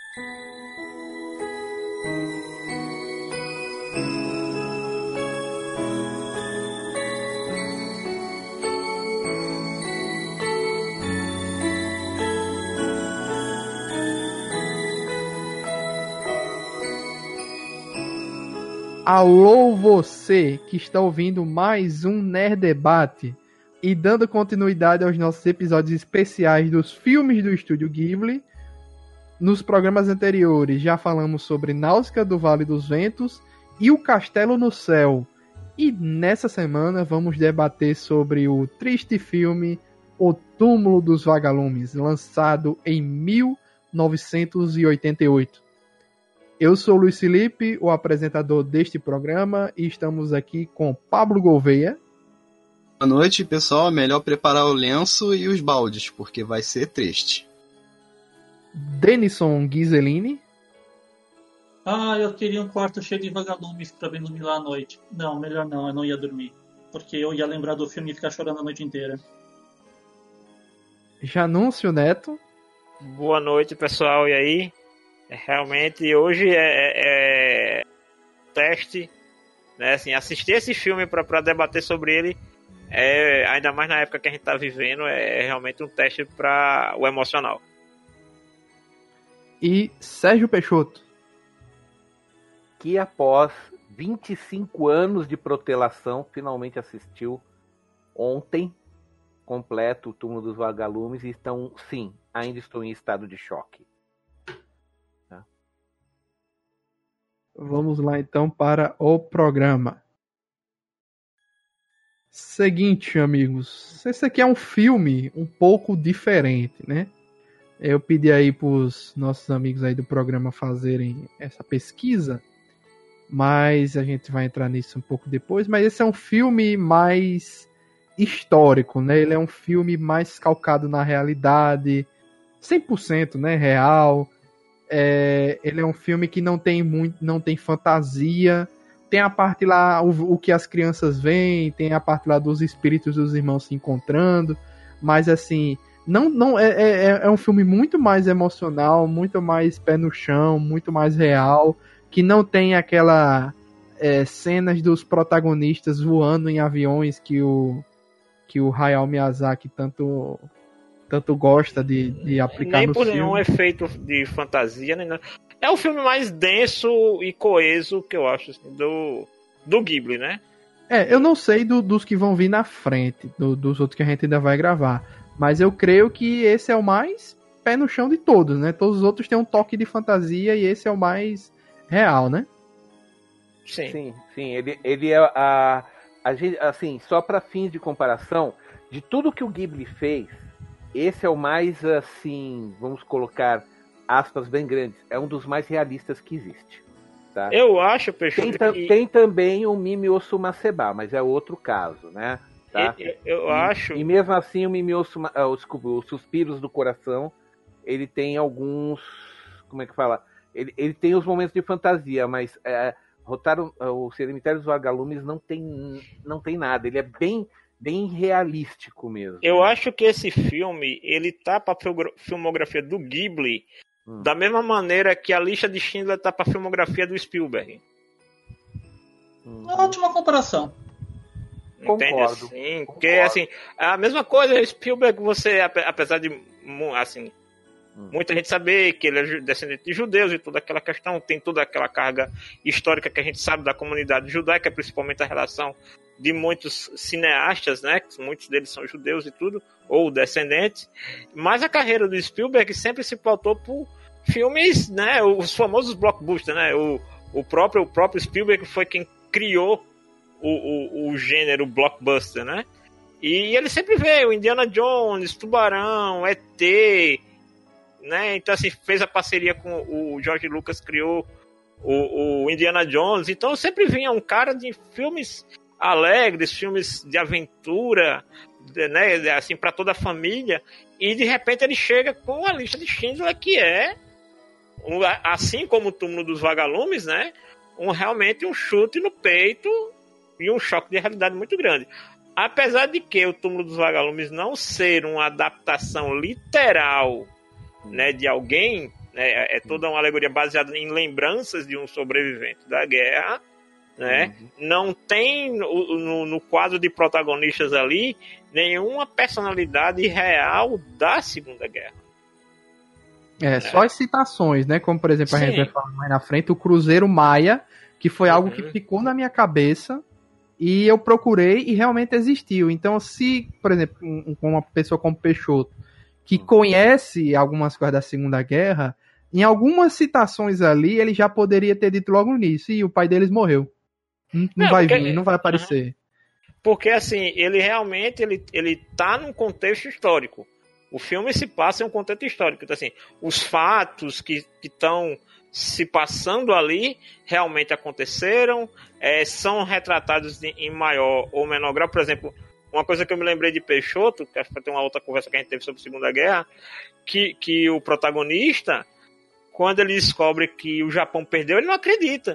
Alô você que está ouvindo mais um Nerd Debate e dando continuidade aos nossos episódios especiais dos filmes do Estúdio Ghibli. Nos programas anteriores já falamos sobre Náusea do Vale dos Ventos e O Castelo no Céu. E nessa semana vamos debater sobre o triste filme O Túmulo dos Vagalumes, lançado em 1988. Eu sou o Luiz Felipe, o apresentador deste programa, e estamos aqui com Pablo Gouveia. Boa noite, pessoal. Melhor preparar o lenço e os baldes, porque vai ser triste. Denison Ghiseline. Eu queria um quarto cheio de vagalumes pra me dormir lá à noite. Não, melhor não, eu não ia dormir. Porque eu ia lembrar do filme e ficar chorando a noite inteira. Janúncio Neto. Boa noite, pessoal. E aí? Realmente, hoje é teste, né? Assim, assistir esse filme para debater sobre ele, ainda mais na época que a gente está vivendo, é realmente um teste para o emocional. E Sérgio Peixoto. Que após 25 anos de protelação, finalmente assistiu ontem, completo, o Túmulo dos Vagalumes, e ainda estou em estado de choque. Vamos lá então para o programa. Seguinte, amigos, esse aqui é um filme um pouco diferente, né? Eu pedi aí para os nossos amigos aí do programa fazerem essa pesquisa, mas a gente vai entrar nisso um pouco depois. Mas esse é um filme mais histórico, né? Ele é um filme mais calcado na realidade, 100%, né, real. Ele é um filme que não tem fantasia. Tem a parte lá, o que as crianças veem, tem a parte lá dos espíritos dos irmãos se encontrando, mas assim, é um filme muito mais emocional, muito mais pé no chão, muito mais real, que não tem aquela cenas dos protagonistas voando em aviões que o Hayao Miyazaki tanto gosta de aplicar nem no por filme. nenhum efeito de fantasia, nem nada. É o filme mais denso e coeso que eu acho assim, do Ghibli, né? Eu não sei dos que vão vir na frente, dos outros que a gente ainda vai gravar, mas eu creio que esse é o mais pé no chão de todos, né? Todos os outros têm um toque de fantasia e esse é o mais real, né? Sim. Ele é a gente, assim, só para fins de comparação, de tudo que o Ghibli fez, esse é o mais, assim, vamos colocar aspas bem grandes, é um dos mais realistas que existe. Tá? Eu acho, Peixoto, tem também o Mimi Osumaseba, mas é outro caso, né? Tá? Eu acho... E mesmo assim, o Suspiros do Coração, ele tem alguns... Como é que fala? Ele tem os momentos de fantasia, mas o Cemitério dos Vagalumes não tem nada. Ele é bem realístico mesmo. Eu acho que esse filme, ele tá pra filmografia do Ghibli da mesma maneira que a Lista de Schindler tá pra filmografia do Spielberg. Ótima comparação. Entende? Concordo. Assim, porque, assim, a mesma coisa, Spielberg, você, apesar de, assim, muita gente saber que ele é descendente de judeus e toda aquela questão, tem toda aquela carga histórica que a gente sabe da comunidade judaica, principalmente a relação de muitos cineastas, né? Muitos deles são judeus e tudo, ou descendentes. Mas a carreira do Spielberg sempre se pautou por filmes, né? Os famosos blockbusters, né? O próprio Spielberg foi quem criou o gênero blockbuster, né? E ele sempre veio Indiana Jones, Tubarão, ET, né? Então, assim, fez a parceria com o George Lucas, criou o Indiana Jones. Então, sempre vinha um cara de filmes alegres, filmes de aventura, né, assim, para toda a família, e de repente ele chega com a Lista de Schindler, que é, assim como o Túmulo dos Vagalumes, né, realmente um chute no peito e um choque de realidade muito grande. Apesar de que o Túmulo dos Vagalumes não ser uma adaptação literal, né, de alguém, né? É toda uma alegoria baseada em lembranças de um sobrevivente da guerra, né? Não tem no quadro de protagonistas ali nenhuma personalidade real da Segunda Guerra. Só as citações, né? Como, por exemplo, a gente vai falar mais na frente, o Cruzeiro Maia, que foi algo que ficou na minha cabeça e eu procurei e realmente existiu. Então, se, por exemplo, uma pessoa como Peixoto, que conhece algumas coisas da Segunda Guerra, em algumas citações ali, ele já poderia ter dito logo nisso, e o pai deles morreu. Não vai vir, não vai aparecer. Porque, assim, ele realmente ele tá num contexto histórico. O filme se passa em um contexto histórico. Então, assim, os fatos que estão se passando ali realmente aconteceram, são retratados em maior ou menor grau. Por exemplo, uma coisa que eu me lembrei de Peixoto, que acho que vai ter uma outra conversa que a gente teve sobre a Segunda Guerra, que o protagonista, quando ele descobre que o Japão perdeu, ele não acredita.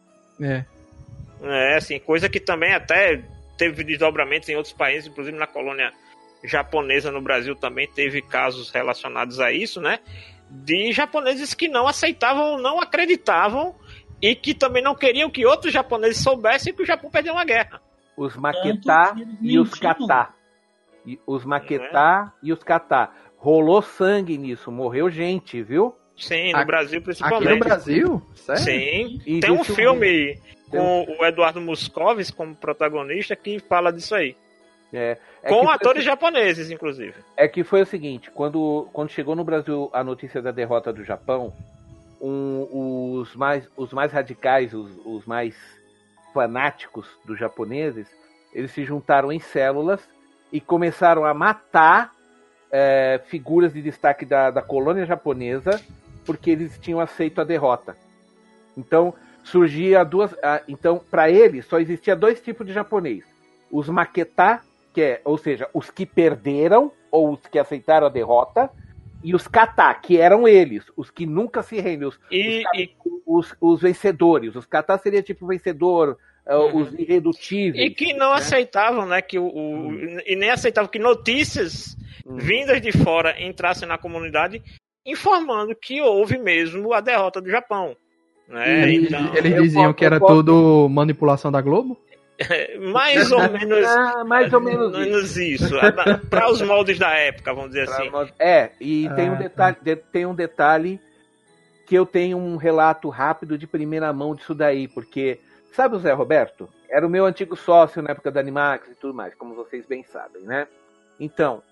Assim, coisa que também até teve desdobramentos em outros países, inclusive na colônia japonesa no Brasil também teve casos relacionados a isso, né? De japoneses que não aceitavam, não acreditavam e que também não queriam que outros japoneses soubessem que o Japão perdeu uma guerra. Os Maquetá e os Catá. Os Maquetá e os Catá. Rolou sangue nisso, morreu gente, viu? Sim, no Brasil principalmente. Aqui no Brasil? Sério? Sim. E tem um filme com o Eduardo Moscovis como protagonista que fala disso aí. Com atores japoneses, inclusive. É que foi o seguinte, quando chegou no Brasil a notícia da derrota do Japão, os mais radicais, os mais fanáticos dos japoneses, eles se juntaram em células e começaram a matar figuras de destaque da colônia japonesa, porque eles tinham aceito a derrota. Então, surgia então, para eles, só existia dois tipos de japonês. Os Maquetá, ou seja, os que perderam, ou os que aceitaram a derrota, e os Catá, que eram eles, os que nunca se renderam, os vencedores. Os Catá seria tipo vencedor, os irredutíveis. E que não aceitavam, né, e nem aceitavam que notícias vindas de fora entrassem na comunidade informando que houve mesmo a derrota do Japão. Né? Então, eles diziam que era tudo manipulação da Globo? Mais ou menos isso. Para os moldes da época, vamos dizer assim. Tem um detalhe que eu tenho um relato rápido de primeira mão disso daí, porque sabe o Zé Roberto? Era o meu antigo sócio na época da Animax e tudo mais, como vocês bem sabem, né? Então,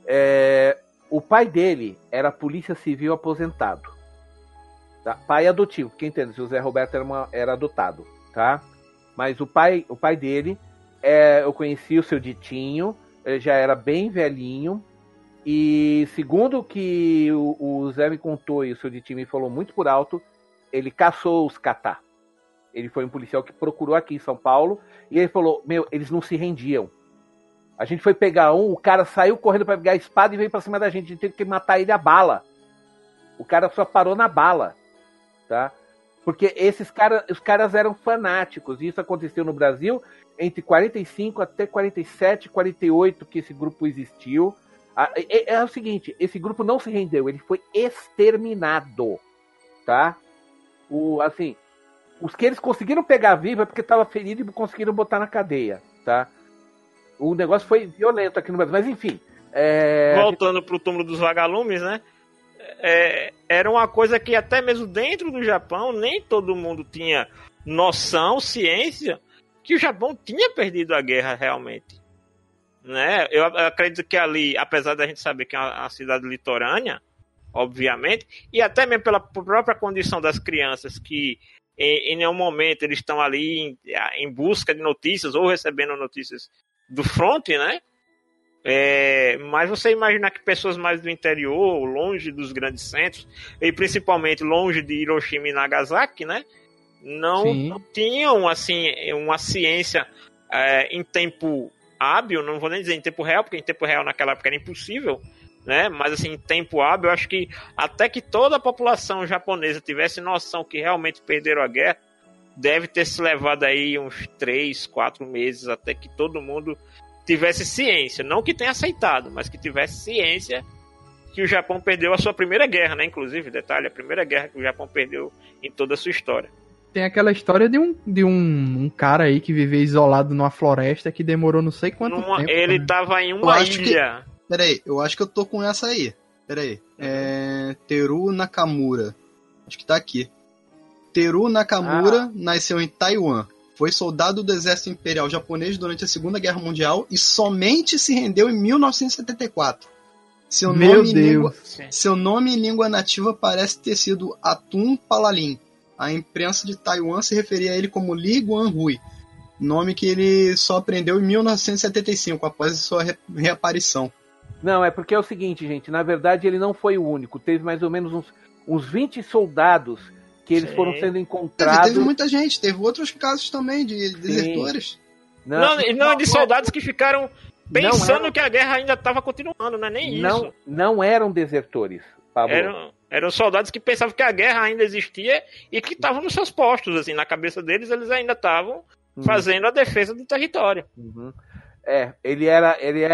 o pai dele era polícia civil aposentado. Tá? Pai adotivo, quem entende? O Zé Roberto era adotado, tá? Mas o pai dele, eu conheci o seu Ditinho, ele já era bem velhinho, e segundo o que o Zé me contou e o seu Ditinho me falou muito por alto, ele caçou os Catá. Ele foi um policial que procurou aqui em São Paulo, e ele falou, eles não se rendiam. A gente foi pegar o cara saiu correndo para pegar a espada e veio para cima da gente, a gente teve que matar ele a bala. O cara só parou na bala, tá? Porque os caras eram fanáticos, e isso aconteceu no Brasil entre 45 até 47, 48 que esse grupo existiu. É o seguinte, esse grupo não se rendeu, ele foi exterminado, tá? Os que eles conseguiram pegar vivo é porque estava ferido e conseguiram botar na cadeia, tá? O negócio foi violento aqui no Brasil, mas enfim. Voltando pro túmulo dos vagalumes, né? Era uma coisa que até mesmo dentro do Japão nem todo mundo tinha noção, ciência, que o Japão tinha perdido a guerra realmente, né? Eu acredito que ali, apesar da gente saber que é uma cidade litorânea, obviamente, e até mesmo pela própria condição das crianças que em nenhum momento eles estão ali em busca de notícias ou recebendo notícias do front, né? Mas você imaginar que pessoas mais do interior, longe dos grandes centros, e principalmente longe de Hiroshima e Nagasaki, né, não tinham assim uma ciência em tempo hábil, não vou nem dizer em tempo real, porque em tempo real naquela época era impossível, né, mas assim, em tempo hábil, eu acho que até que toda a população japonesa tivesse noção que realmente perderam a guerra, deve ter se levado aí uns 3, 4 meses até que todo mundo tivesse ciência, não que tenha aceitado, mas que tivesse ciência que o Japão perdeu a sua primeira guerra, né? Inclusive, detalhe, a primeira guerra que o Japão perdeu em toda a sua história. Tem aquela história de um cara aí que vivia isolado numa floresta que demorou não sei quanto tempo. Ele tava em uma ilha. Peraí, eu acho que eu tô com essa aí. Peraí. Teru Nakamura. Acho que tá aqui. Teru Nakamura nasceu em Taiwan. Foi soldado do exército imperial japonês durante a Segunda Guerra Mundial e somente se rendeu em 1974. Seu nome em língua nativa parece ter sido Atun Palalim. A imprensa de Taiwan se referia a ele como Li Guanhui, nome que ele só aprendeu em 1975, após sua reaparição. Não, é porque é o seguinte, gente, na verdade ele não foi o único, teve mais ou menos uns 20 soldados que eles foram sendo encontrados. Teve muita gente, teve outros casos também de desertores. Não, de soldados que ficaram pensando que a guerra ainda estava continuando, não é nem isso. Não eram desertores, Pablo. Eram soldados que pensavam que a guerra ainda existia e que estavam nos seus postos, assim, na cabeça deles, eles ainda estavam fazendo a defesa do território. Uhum. Ele era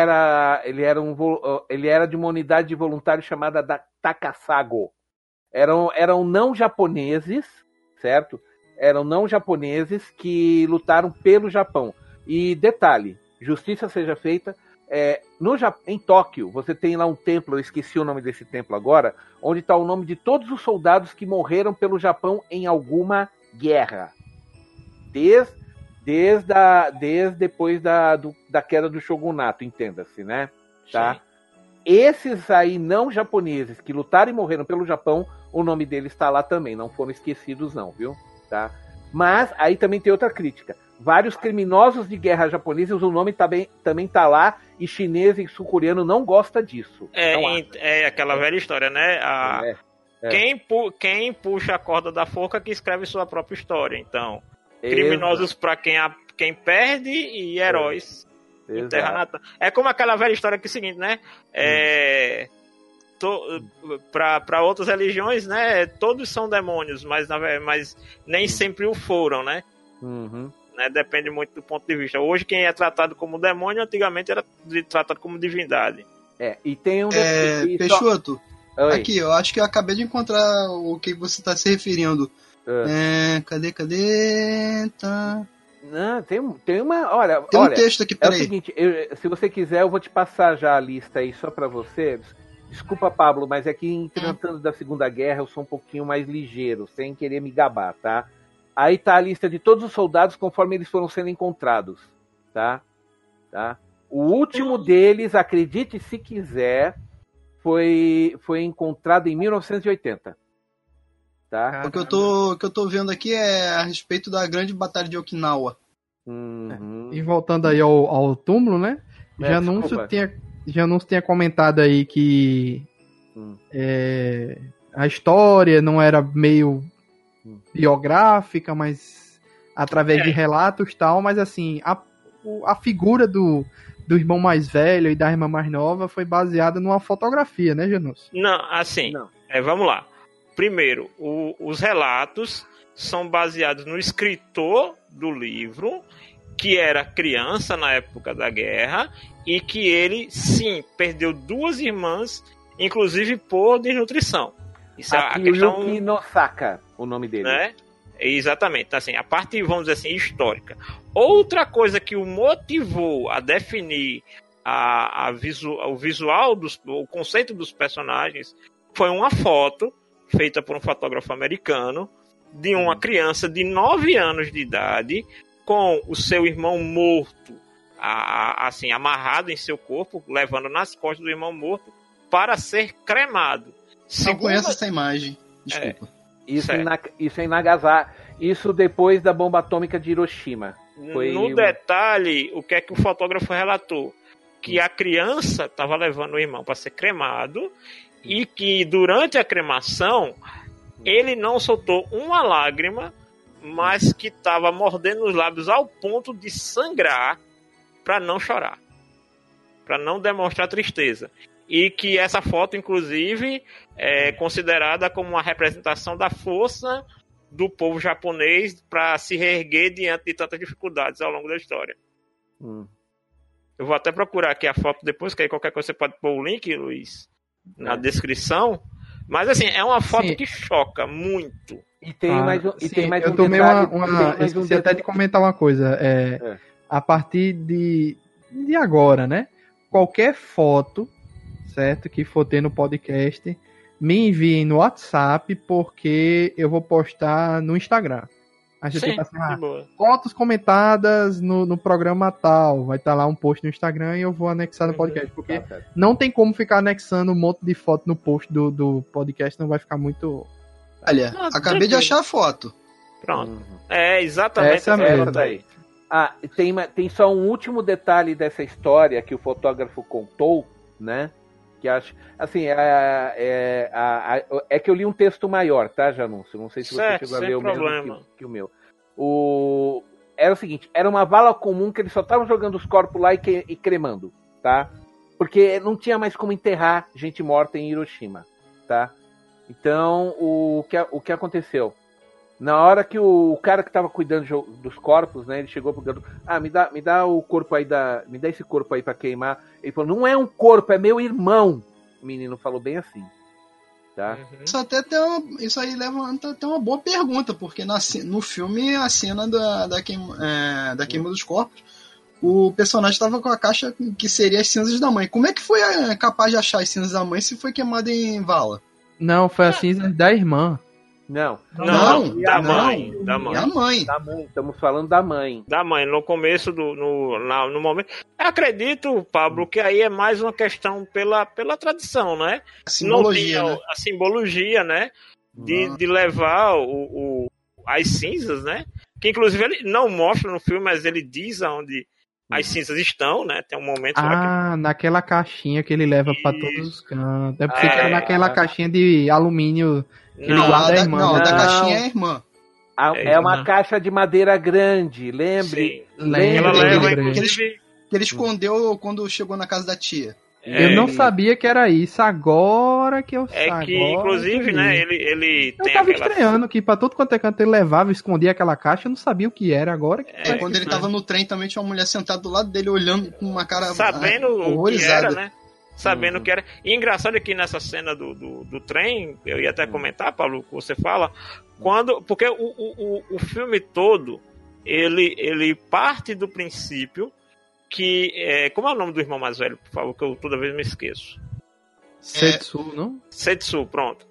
de uma unidade de voluntários chamada Takasago. Eram não japoneses, certo? Eram não japoneses que lutaram pelo Japão. E detalhe, justiça seja feita, em Tóquio, você tem lá um templo, eu esqueci o nome desse templo agora, onde está o nome de todos os soldados que morreram pelo Japão em alguma guerra. Desde depois da queda do shogunato, entenda-se, né? Tá? Sim. Esses aí não japoneses que lutaram e morreram pelo Japão, o nome deles está lá também, não foram esquecidos não, viu? Tá? Mas aí também tem outra crítica. Vários criminosos de guerra japoneses, o nome também tá lá, e chinês e sul-coreano não gosta disso. É aquela velha história, né? Quem puxa a corda da forca que escreve sua própria história. Então, criminosos para quem perde e heróis em terra natal. É como aquela velha história que é o seguinte, né? Para outras religiões, né? Todos são demônios, mas nem sempre o foram, né? Uhum. Né, depende muito do ponto de vista. Hoje quem é tratado como demônio, antigamente era tratado como divindade. E tem um... Peixoto, aqui, eu acho que eu acabei de encontrar o que você está se referindo. Cadê? Tá... Não, tem uma... Olha, um texto aqui, peraí. É o seguinte, se você quiser, eu vou te passar já a lista aí, só para você. Desculpa, Pablo, mas aqui em Tratando da Segunda Guerra eu sou um pouquinho mais ligeiro, sem querer me gabar, tá? Aí tá a lista de todos os soldados conforme eles foram sendo encontrados, tá? O último deles, acredite se quiser, foi encontrado em 1980. Tá? O que eu tô vendo aqui é a respeito da grande batalha de Okinawa. Uhum. E voltando aí ao túmulo, né? Janúncio tinha comentado aí que a história não era meio biográfica, mas através de relatos e tal, mas assim, a figura do irmão mais velho e da irmã mais nova foi baseada numa fotografia, né, Janúncio? Não, assim, vamos lá. Primeiro, os relatos são baseados no escritor do livro, que era criança na época da guerra, e que ele, sim, perdeu 2 irmãs, inclusive por desnutrição. Isso é a questão... Akiyuki Nosaka, o nome dele. Né? Exatamente, assim, a parte, vamos dizer assim, histórica. Outra coisa que o motivou a definir o visual, o conceito dos personagens, foi uma foto feita por um fotógrafo americano de uma criança de 9 anos de idade com o seu irmão morto, assim, amarrado em seu corpo, levando nas costas do irmão morto para ser cremado. Não conheço essa imagem. Desculpa. Isso é em Nagasaki. Isso depois da bomba atômica de Hiroshima. Detalhe, o que é que o fotógrafo relatou? Que a criança estava levando o irmão para ser cremado e que durante a cremação ele não soltou uma lágrima, mas que estava mordendo os lábios ao ponto de sangrar para não chorar, para não demonstrar tristeza. E que essa foto, inclusive, é considerada como uma representação da força do povo japonês para se reerguer diante de tantas dificuldades ao longo da história. Eu vou até procurar aqui a foto depois, que aí qualquer coisa você pode pôr o link, Luiz. na descrição. Mas assim, é uma foto Sim. que choca muito. E tem mais um, sim, tem mais eu um tomei detalhe, uma tem mais um esqueci até de comentar uma coisa. A partir de agora, né? Qualquer foto, certo, que for ter no podcast, me enviem no WhatsApp, porque eu vou postar no Instagram. A gente Sim, tipo assim, de boa. fotos comentadas no programa tal. Vai estar lá um post no Instagram e eu vou anexar no podcast. Porque Tá certo. não tem como ficar anexando um monte de foto no post do podcast, não vai ficar muito. Olha, Ah, acabei de tranquilo. achar a foto. Pronto. Uhum. É exatamente Essa essa mesmo. foto aí. Ah, tem só um último detalhe dessa história que o fotógrafo contou, né? Que acho. Assim, é que eu li um texto maior, tá, Janúncio? Não sei se você Certo, chegou a sem ler o problema. mesmo que o meu. Era o seguinte: era uma vala comum que eles só estavam jogando os corpos lá e cremando, tá? Porque não tinha mais como enterrar gente morta em Hiroshima, tá? Então, o que aconteceu? Na hora que o cara que tava cuidando dos corpos, né, ele chegou pro garoto, me dá o corpo aí me dá esse corpo aí pra queimar. Ele falou, não é um corpo, é meu irmão. O menino falou bem assim, tá? Uhum. Isso aí levanta até uma boa pergunta, porque no filme, a cena da queima dos corpos, o personagem estava com a caixa que seria as cinzas da mãe. Como é que foi capaz de achar as cinzas da mãe se foi queimada em vala? Não, foi a cinza da irmã. Não. Não, da não. mãe. E a mãe? Da mãe, estamos falando da mãe. Da mãe, no começo, no momento. Eu acredito, Pablo, que aí é mais uma questão pela tradição, né? A simbologia, Não né? tinha a simbologia, né? De levar as cinzas, né? Que inclusive ele não mostra no filme, mas ele diz aonde as cinzas estão, né? Tem um momento lá que. Naquela caixinha que ele leva pra todos os cantos. É porque É. era naquela caixinha de alumínio que ele Não, guarda a irmã. Não, né? da Não. caixinha é a irmã. É uma não. caixa de madeira grande, lembre. Sim. Ela Lembra, leva, lembrei. inclusive. Que ele escondeu quando chegou na casa da tia. Eu não sabia que era isso. Agora que eu É agora que, inclusive, eu vi. né? Ele Eu tem tava aquela. estranhando que pra todo quanto é canto ele levava, escondia aquela caixa, eu não sabia o que era. Agora que Quando ele tava no trem, também tinha uma mulher sentada do lado dele, olhando com uma cara Sabendo o que horrorizada. era, né? Sabendo o que era. E engraçado é que nessa cena do trem, eu ia até comentar, Paulo, o que você fala, porque o filme todo, ele parte do princípio que, como é o nome do irmão mais velho, por favor, que eu toda vez me esqueço. Setsu, não? Setsu, pronto.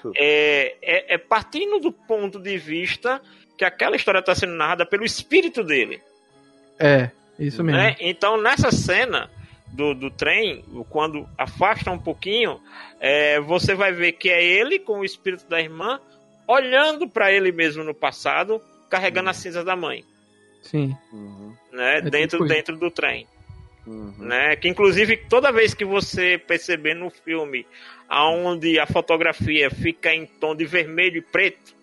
É partindo do ponto de vista que aquela história está sendo narrada pelo espírito dele. É, isso mesmo. Né? Então, nessa cena do trem, quando afasta um pouquinho, você vai ver que é ele com o espírito da irmã olhando para ele mesmo no passado, carregando as cinzas da mãe. Sim. Né? Dentro do trem. Uhum. Né? Que inclusive toda vez que você perceber no filme aonde a fotografia fica em tom de vermelho e preto,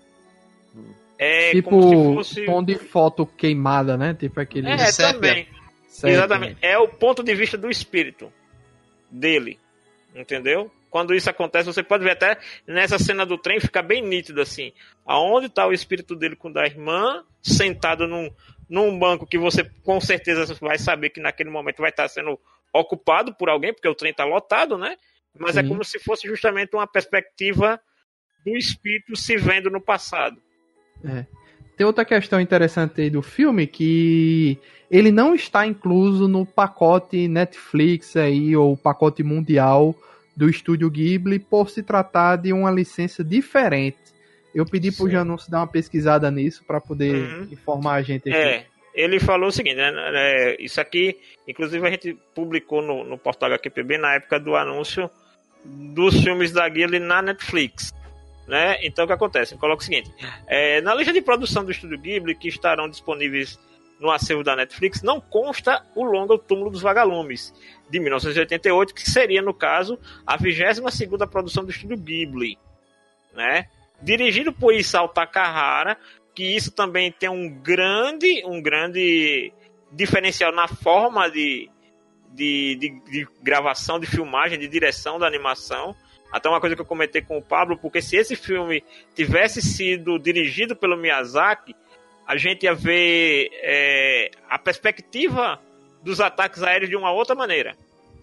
é Tipo, como se fosse tom de foto queimada, né? Tipo aquele. sépia. também. sépia. Exatamente. É o ponto de vista do espírito dele. Entendeu? Quando isso acontece, você pode ver até nessa cena do trem, fica bem nítido assim. Aonde está o espírito dele com o da irmã, sentado num banco que você com certeza vai saber que naquele momento vai estar sendo ocupado por alguém, porque o trem está lotado, né? Mas Sim. é como se fosse justamente uma perspectiva do espírito se vendo no passado. Tem outra questão interessante aí do filme, que ele não está incluso no pacote Netflix aí, ou pacote mundial do Estúdio Ghibli, por se tratar de uma licença diferente. Eu pedi pro Janúncio dar uma pesquisada nisso para poder informar a gente aqui. Ele falou o seguinte, né? Isso aqui, inclusive a gente publicou no portal HQPB na época do anúncio dos filmes da Ghibli na Netflix. Né? Então o que acontece? Eu coloco o seguinte: na lista de produção do Estúdio Ghibli, que estarão disponíveis no acervo da Netflix, não consta o longa O Túmulo dos Vagalumes, de 1988, que seria, no caso, a 22ª produção do Estúdio Ghibli, né? Dirigido por Isao Takahara, que isso também tem um grande diferencial na forma de gravação, de filmagem, de direção da animação. Até uma coisa que eu comentei com o Pablo, porque se esse filme tivesse sido dirigido pelo Miyazaki, a gente ia ver a perspectiva dos ataques aéreos de uma outra maneira.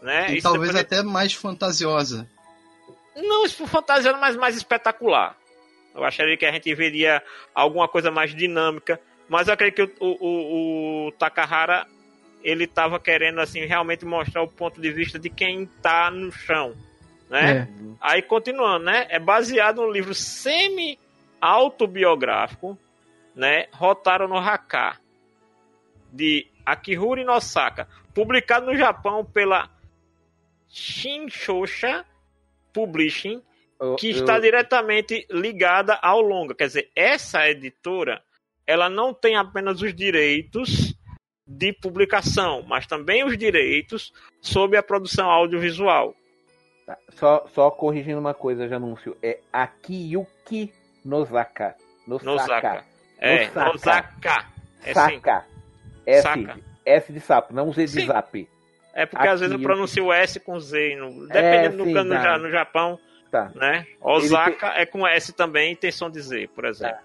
né? E Isso talvez depois... até mais fantasiosa. Não fantasiosa, mas mais espetacular. Eu acharia que a gente veria alguma coisa mais dinâmica, mas eu acredito que o Takahara, ele estava querendo assim realmente mostrar o ponto de vista de quem está no chão, né? Aí continuando, né? É baseado no livro semi-autobiográfico, né? Hotaru no Haka, de Akihiro Inosaka, publicado no Japão pela Shinshosha Publishing, que está diretamente ligada ao longa. Quer dizer, essa editora, ela não tem apenas os direitos de publicação, mas também os direitos sobre a produção audiovisual. Tá. Só corrigindo uma coisa, já anúncio. É Akiyuki Nozaka. Nosaka. Nosaka. É Saca. sim. S de sapo, não Z de Sim. zap. É porque às vezes eu pronuncio o S com Z. Dependendo do cano no Japão, tá. Né? Osaka é com S também e tem som de Z, por exemplo.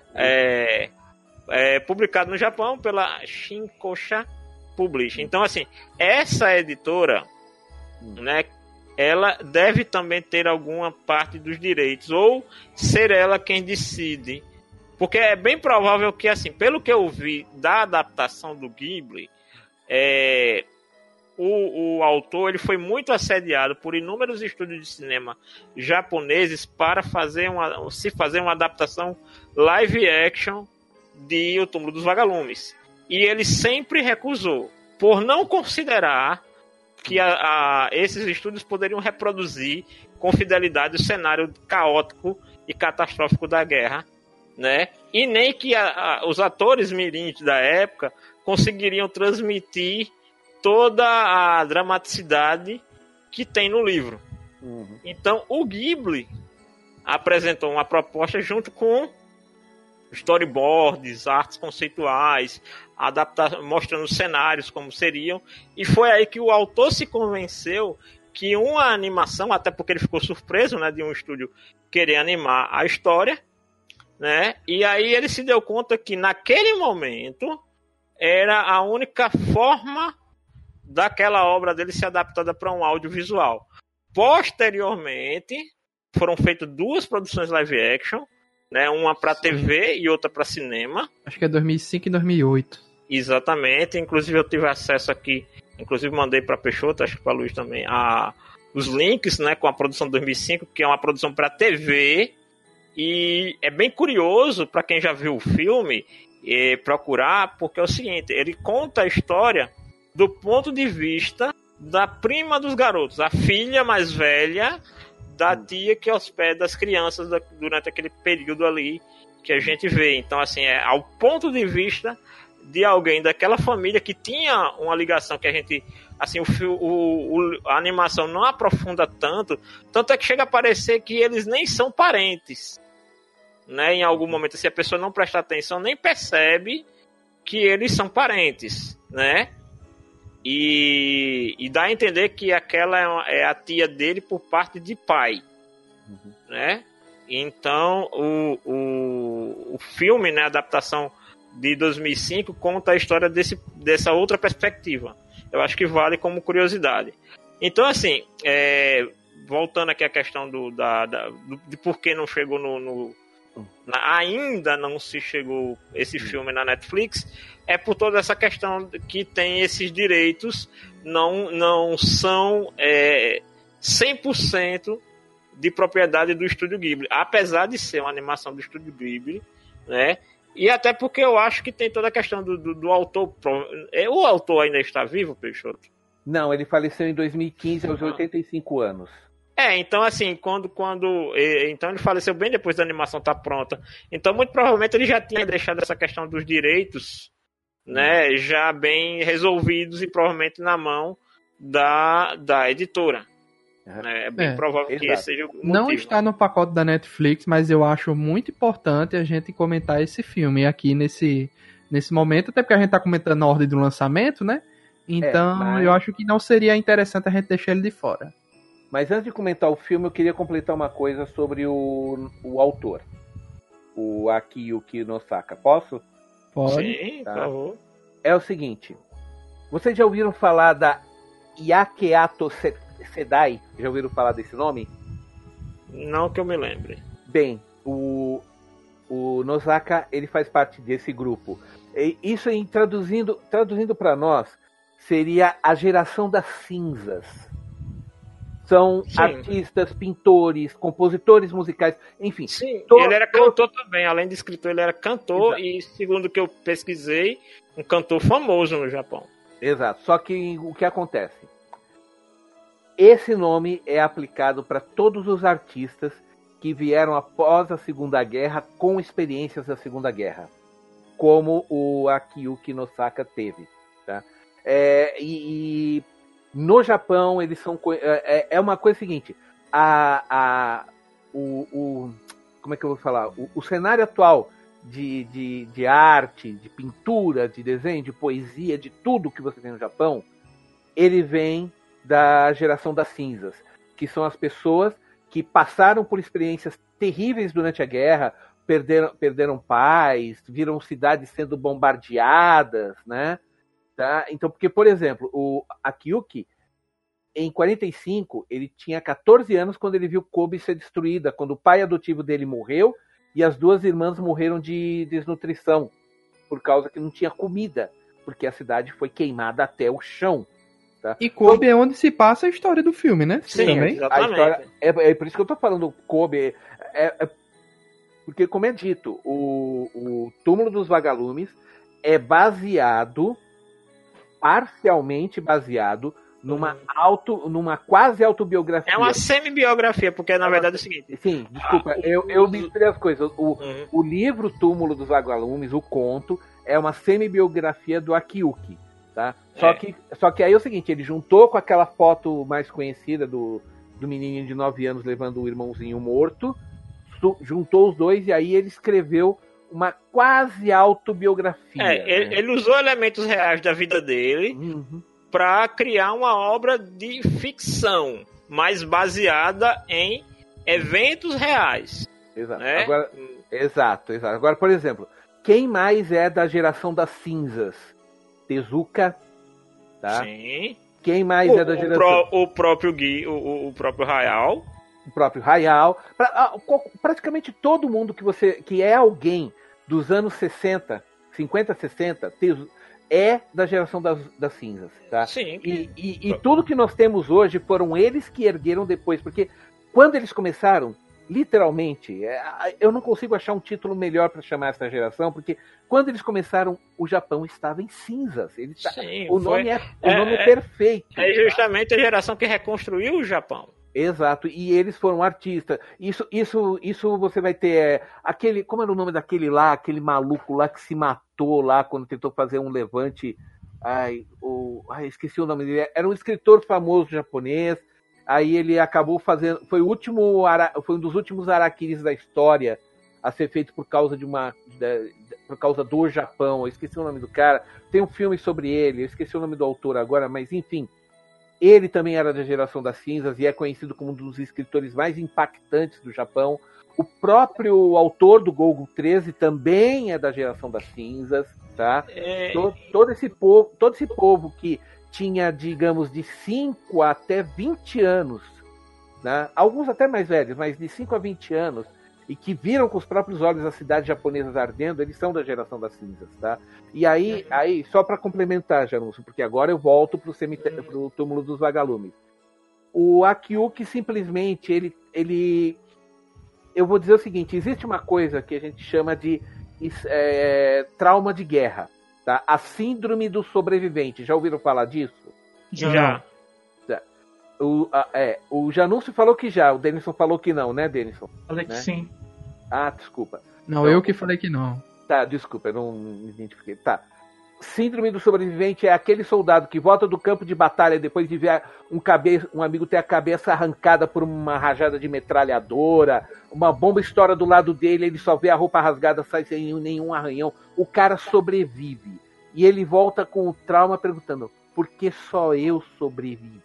É publicado no Japão pela Shinkosha Publishing. Então, assim, essa editora, né, ela deve também ter alguma parte dos direitos, ou ser ela quem decide. Porque é bem provável que, assim, pelo que eu vi da adaptação do Ghibli, o autor ele foi muito assediado por inúmeros estúdios de cinema japoneses para se fazer uma adaptação live action de O Túmulo dos Vagalumes. E ele sempre recusou, por não considerar que esses estúdios poderiam reproduzir com fidelidade o cenário caótico e catastrófico da guerra, né? E nem que os atores mirins da época conseguiriam transmitir toda a dramaticidade que tem no livro. Então o Ghibli apresentou uma proposta junto com storyboards, artes conceituais, mostrando cenários como seriam, e foi aí que o autor se convenceu que uma animação, até porque ele ficou surpreso, né, de um estúdio querer animar a história, né, e aí ele se deu conta que naquele momento era a única forma daquela obra dele ser adaptada para um audiovisual. Posteriormente, foram feitas 2 produções live action, né, uma para TV e outra para cinema. Acho que é 2005 e 2008. Exatamente, inclusive eu tive acesso aqui, inclusive mandei para Peixoto, acho que para Luiz também, os links, né, com a produção de 2005, que é uma produção para TV, e é bem curioso para quem já viu o filme procurar, porque é o seguinte, ele conta a história do ponto de vista da prima dos garotos, a filha mais velha da tia que hospeda as crianças durante aquele período ali que a gente vê. Então, assim, é ao ponto de vista de alguém daquela família que tinha uma ligação que a gente, assim, a animação não aprofunda tanto é que chega a parecer que eles nem são parentes, né? Em algum momento, se a pessoa não prestar atenção, nem percebe que eles são parentes, né? E dá a entender que aquela é a tia dele por parte de pai, né? Então o filme, né, a adaptação de 2005 conta a história dessa outra perspectiva. Eu acho que vale como curiosidade. Então, assim, voltando aqui à questão de por que não chegou ainda não se chegou esse filme na Netflix, é por toda essa questão que tem esses direitos, não são 100% de propriedade do Estúdio Ghibli, apesar de ser uma animação do Estúdio Ghibli, né? E até porque eu acho que tem toda a questão do autor. O autor ainda está vivo, Peixoto? Não, ele faleceu em 2015, aos 85 anos. Então assim, então ele faleceu bem depois da animação estar pronta. Então muito provavelmente ele já tinha deixado essa questão dos direitos, né, já bem resolvidos e provavelmente na mão da editora. É bem provável que esse seja o motivo. Não está no pacote da Netflix, mas eu acho muito importante a gente comentar esse filme aqui nesse momento, até porque a gente está comentando a ordem do lançamento, né? Então eu acho que não seria interessante a gente deixar ele de fora. Mas antes de comentar o filme, eu queria completar uma coisa sobre o autor, o Akiyuki Nosaka. Posso? Pode. Sim, por favor. É o seguinte, vocês já ouviram falar da Yakeato Sedai. Já ouviram falar desse nome? Não que eu me lembre. Bem, o Nosaka, ele faz parte desse grupo. E isso, traduzindo para nós, seria a geração das cinzas. São artistas, pintores, compositores musicais, enfim. Sim, ele era cantor também, além de escritor, ele era cantor. Exato. E, segundo o que eu pesquisei, um cantor famoso no Japão. Exato, só que o que acontece? Esse nome é aplicado para todos os artistas que vieram após a Segunda Guerra com experiências da Segunda Guerra, como o Akiyuki Nosaka teve, tá? E no Japão eles são é uma coisa seguinte, como é que eu vou falar? O cenário atual de arte, de pintura, de desenho, de poesia, de tudo que você tem no Japão, ele vem da geração das cinzas, que são as pessoas que passaram por experiências terríveis durante a guerra, perderam pais, viram cidades sendo bombardeadas, né? Tá? Então, porque, por exemplo, o Akiyuki, em 45, ele tinha 14 anos quando ele viu Kobe ser destruída, quando o pai adotivo dele morreu e as duas irmãs morreram de desnutrição, por causa que não tinha comida, porque a cidade foi queimada até o chão. Tá? E Kobe é onde se passa a história do filme, né? Sim, também. exatamente. A história, é por isso que eu tô falando Kobe. Porque, como é dito, o Túmulo dos Vagalumes é parcialmente baseado numa quase autobiografia. É uma semi-biografia, porque na verdade é o seguinte. Sim, desculpa, eu misturei as coisas. O livro Túmulo dos Vagalumes, o conto, é uma semi-biografia do Akiyuki. Tá? Só que aí é o seguinte, ele juntou com aquela foto mais conhecida do menininho de 9 anos levando o irmãozinho morto, juntou os dois e aí ele escreveu uma quase autobiografia. Ele usou elementos reais da vida dele para criar uma obra de ficção, mas baseada em eventos reais. Exato. Né? Agora, exato. Agora, por exemplo, quem mais é da geração das cinzas? Tezuka, tá? Sim. Quem mais é da geração? O próprio Hayao. O próprio Hayao. Praticamente todo mundo que é alguém dos anos 60, 50, 60, é da geração das cinzas, tá? Sim. E tudo que nós temos hoje foram eles que ergueram depois, porque quando eles começaram, literalmente, eu não consigo achar um título melhor para chamar essa geração, porque quando eles começaram, o Japão estava em cinzas. O nome é perfeito. É justamente a geração que reconstruiu o Japão. Exato, e eles foram artistas. Isso você vai ter aquele, como era o nome daquele lá, aquele maluco lá que se matou lá quando tentou fazer um levante. Esqueci o nome dele. Era um escritor famoso japonês. Aí ele acabou fazendo. Foi um dos últimos harakiris da história a ser feito por causa do Japão. Eu esqueci o nome do cara. Tem um filme sobre ele. Eu esqueci o nome do autor agora, mas enfim. Ele também era da geração das cinzas e é conhecido como um dos escritores mais impactantes do Japão. O próprio autor do Golgo 13 também é da geração das cinzas, tá? Todo esse povo que tinha, digamos, de 5 até 20 anos, né? Alguns até mais velhos, mas de 5 a 20 anos, e que viram com os próprios olhos as cidades japonesas ardendo, eles são da geração das cinzas, tá? E aí só para complementar, Janúncio, porque agora eu volto pro Túmulo dos Vagalumes. O Akiyuki simplesmente, ele eu vou dizer o seguinte, existe uma coisa que a gente chama de trauma de guerra, tá? A síndrome do sobrevivente. Já ouviram falar disso? Já. Tá. O Janúncio falou que já, o Denison falou que não, né, Denison? Falei que sim. Ah, desculpa. Não, então, eu que falei que não. Tá, desculpa, eu não me identifiquei. Tá. Síndrome do sobrevivente é aquele soldado que volta do campo de batalha depois de ver um amigo ter a cabeça arrancada por uma rajada de metralhadora, uma bomba estoura do lado dele, ele só vê a roupa rasgada, sai sem nenhum arranhão. O cara sobrevive. E ele volta com o trauma perguntando, por que só eu sobrevivi?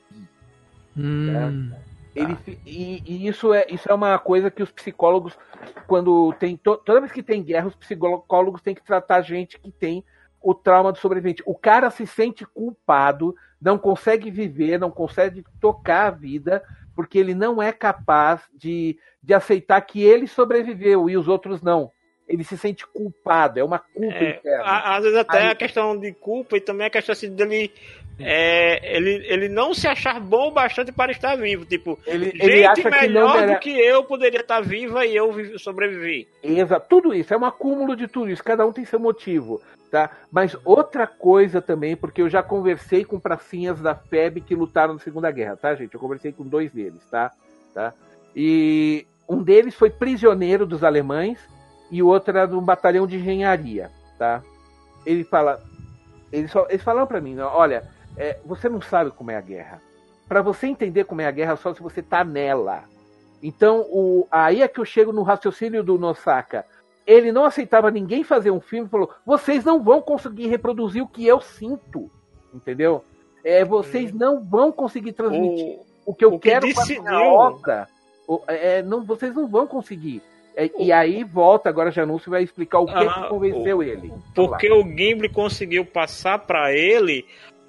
E isso é uma coisa que os psicólogos, quando tem toda vez que tem guerra, os psicólogos têm que tratar gente que tem o trauma do sobrevivente. O cara se sente culpado não consegue viver, não consegue tocar a vida, porque ele não é capaz de aceitar que ele sobreviveu e os outros não. Ele se sente culpado, é uma culpa interna. Às vezes até a questão de culpa e também a questão assim, dele ele não se achar bom o bastante para estar vivo. Tipo, ele acha melhor que não do que eu poderia estar viva e eu sobrevivi. Exato, tudo isso, é um acúmulo de tudo isso, cada um tem seu motivo, tá? Mas outra coisa também, porque eu já conversei com pracinhas da FEB que lutaram na Segunda Guerra, tá, gente? Eu conversei com 2 deles, tá? E um deles foi prisioneiro dos alemães e o outro era de um batalhão de engenharia, tá? Eles falaram pra mim, olha, você não sabe como é a guerra. Pra você entender como é a guerra, só se você tá nela. Então, aí é que eu chego no raciocínio do Nosaka. Ele não aceitava ninguém fazer um filme, falou, vocês não vão conseguir reproduzir o que eu sinto, entendeu? Vocês não vão conseguir transmitir o que eu quero com a minha obra. Vocês não vão conseguir. E aí volta, agora Janúncio vai explicar o que convenceu ele. Porque o Gimli conseguiu passar para ele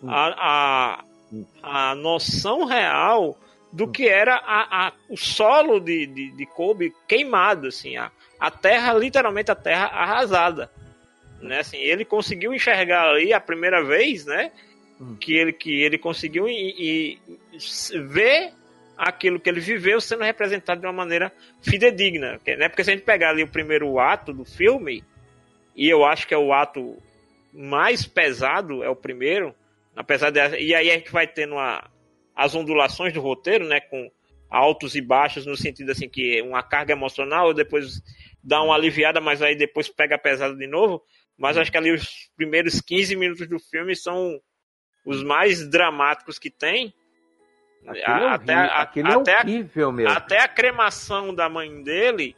a noção real do que era o solo de Kobe queimado, assim, a terra, literalmente a terra arrasada, né? Assim, ele conseguiu enxergar ali a primeira vez, né? Que ele conseguiu e ver aquilo que ele viveu sendo representado de uma maneira fidedigna, né? Porque se a gente pegar ali o primeiro ato do filme, e eu acho que é o ato mais pesado, é o primeiro, e aí a gente vai tendo as ondulações do roteiro, né, com altos e baixos, no sentido assim que uma carga emocional depois dá uma aliviada, mas aí depois pega pesado de novo. Mas acho que ali os primeiros 15 minutos do filme são os mais dramáticos que tem. Aquele é horrível, meu. Até a cremação da mãe dele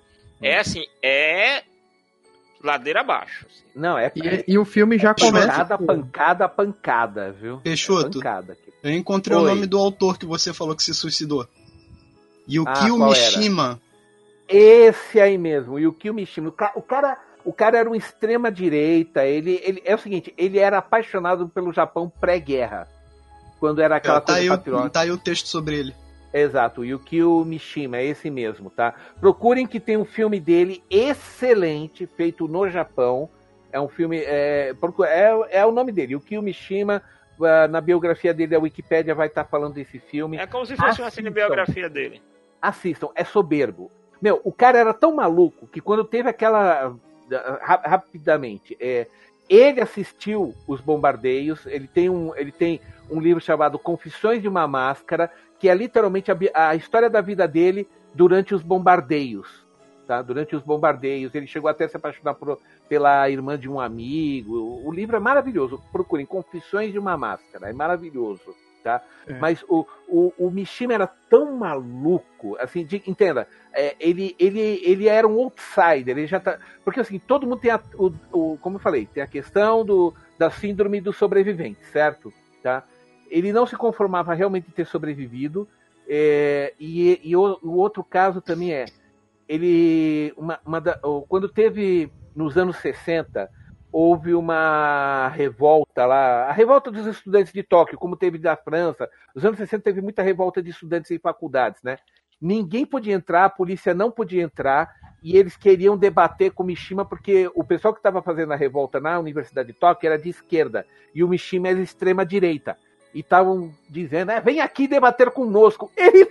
é ladeira abaixo. Assim. Não, e o filme já começa pancada, viu? Peixoto, eu encontrei o nome do autor que você falou que se suicidou. Yukio Mishima. Esse aí mesmo, Yukio Mishima. O cara era um extrema-direita. Ele é o seguinte, ele era apaixonado pelo Japão pré-guerra. Quando era aquela coisa patriótica. Tá aí o texto sobre ele. Exato, Yukio Mishima, é esse mesmo, tá? Procurem que tem um filme dele excelente, feito no Japão. É um filme... É o nome dele, Yukio Mishima. Na biografia dele, a Wikipédia vai estar falando desse filme. É como se fosse uma cinebiografia dele. Assistam, é soberbo. Meu, o cara era tão maluco que quando teve aquela... Rapidamente, ele assistiu os bombardeios. Ele tem um livro chamado Confissões de uma Máscara, que é literalmente a história da vida dele durante os bombardeios, tá? Durante os bombardeios, ele chegou até a se apaixonar pela irmã de um amigo. O livro é maravilhoso, procurem Confissões de uma Máscara, é maravilhoso, tá? Mas o Mishima era tão maluco, assim, entenda, ele era um outsider, ele já tá, porque assim, todo mundo tem como eu falei, tem a questão da síndrome do sobrevivente, certo? Tá? Ele não se conformava realmente em ter sobrevivido, e o outro caso também quando teve, nos anos 60, houve uma revolta lá, a revolta dos estudantes de Tóquio, como teve da França. Nos anos 60 teve muita revolta de estudantes em faculdades, né? Ninguém podia entrar, a polícia não podia entrar, e eles queriam debater com o Mishima, porque o pessoal que estava fazendo a revolta na Universidade de Tóquio era de esquerda, e o Mishima era de extrema direita. E estavam dizendo, vem aqui debater conosco. Ele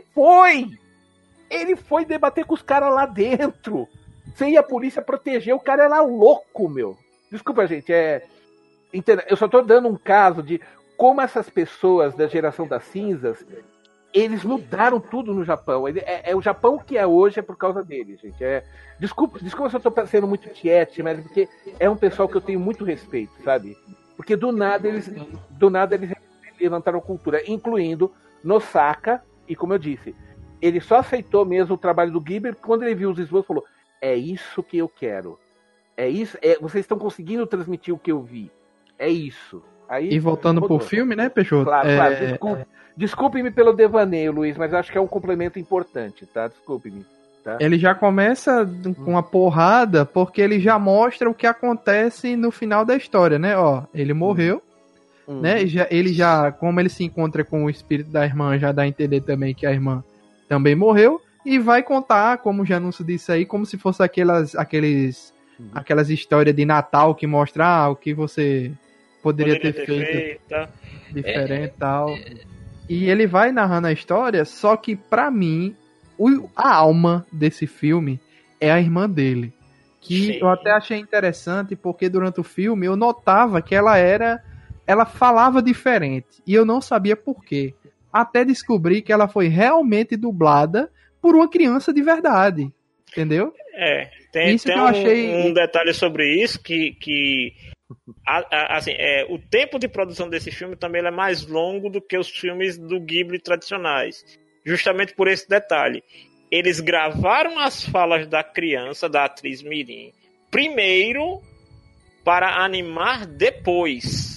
foi debater com os caras lá dentro, sem a polícia proteger. O cara era louco, meu. Desculpa, gente, eu só estou dando um caso de como essas pessoas da geração das cinzas, eles mudaram tudo no Japão. O Japão que é hoje é por causa deles, gente. Desculpa se eu estou sendo muito tiete, mas porque é um pessoal que eu tenho muito respeito, sabe? Porque do nada eles levantaram cultura, incluindo Nosaka, e como eu disse, ele só aceitou mesmo o trabalho do Ghibli quando ele viu os esboços e falou, é isso que eu quero. É isso, vocês estão conseguindo transmitir o que eu vi. É isso. Aí, e voltando pro filme, né, Peixoto? Claro. Desculpe-me pelo devaneio, Luiz, mas acho que é um complemento importante, tá? Desculpe-me. Tá? Ele já começa com uma porrada, porque ele já mostra o que acontece no final da história, né? Ó, ele morreu, né? Como ele se encontra com o espírito da irmã, já dá a entender também que a irmã também morreu, e vai contar, como o Janúncio disse aí, como se fosse aquelas histórias de Natal que mostra o que você poderia ter feito diferente e tal. E ele vai narrando a história, só que pra mim, a alma desse filme é a irmã dele. Que Sim. Eu até achei interessante, porque durante o filme eu notava que ela falava diferente, e eu não sabia por quê. Até descobri que ela foi realmente dublada por uma criança de verdade, entendeu? Tem que eu achei um detalhe sobre isso, que assim, o tempo de produção desse filme também é mais longo do que os filmes do Ghibli tradicionais, justamente por esse detalhe. Eles gravaram as falas da criança, da atriz mirim, primeiro para animar depois.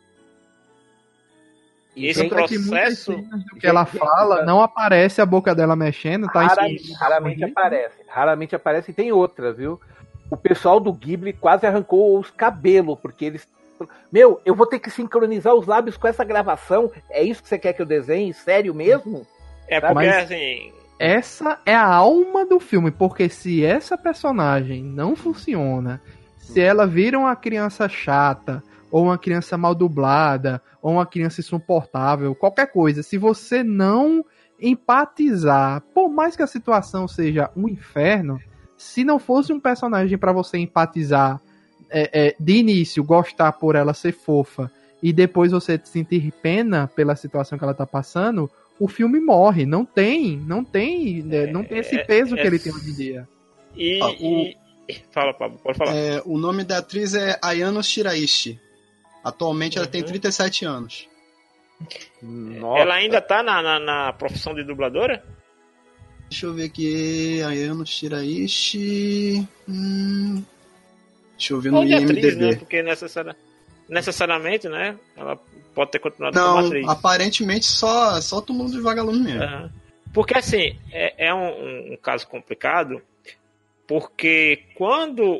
Esse processo que ela fala, não aparece a boca dela mexendo, tá? Raramente aparece, e tem outra, viu? O pessoal do Ghibli quase arrancou os cabelos, porque eles... eu vou ter que sincronizar os lábios com essa gravação, é isso que você quer que eu desenhe? Sério mesmo? Porque assim... Essa é a alma do filme, porque se essa personagem não funciona, se ela vira uma criança chata, ou uma criança mal dublada, ou uma criança insuportável, qualquer coisa, se você não empatizar, por mais que a situação seja um inferno, se não fosse um personagem pra você empatizar de início, gostar por ela ser fofa, e depois você sentir pena pela situação que ela tá passando, o filme morre. Não tem esse peso que ele tem hoje em dia. Fala, Pablo, pode falar. O nome da atriz é Ayano Shiraishi. Atualmente ela tem 37 anos. Nossa. Ela ainda tá na profissão de dubladora? Deixa eu ver aqui. Ayano Shiraishi. Deixa eu ver no IMDb. Atriz, né? Porque necessariamente, né? Ela pode ter continuado como atriz. Aparentemente só Túmulo dos Vagalumes mesmo. Porque assim, é um caso complicado. Porque quando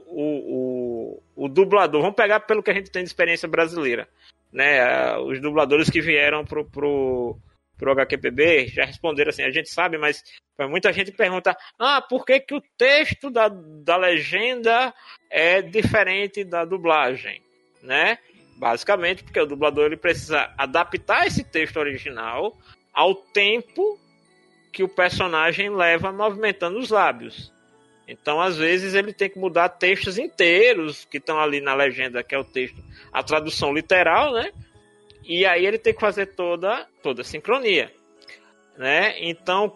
o dublador, vamos pegar pelo que a gente tem de experiência brasileira, né? Os dubladores que vieram pro HQPB já responderam assim, a gente sabe, mas muita gente pergunta, por que o texto da legenda é diferente da dublagem, né? Basicamente porque o dublador ele precisa adaptar esse texto original ao tempo que o personagem leva movimentando os lábios. Então, às vezes, ele tem que mudar textos inteiros que estão ali na legenda, que é o texto, a tradução literal, né? E aí ele tem que fazer toda a sincronia, né? Então,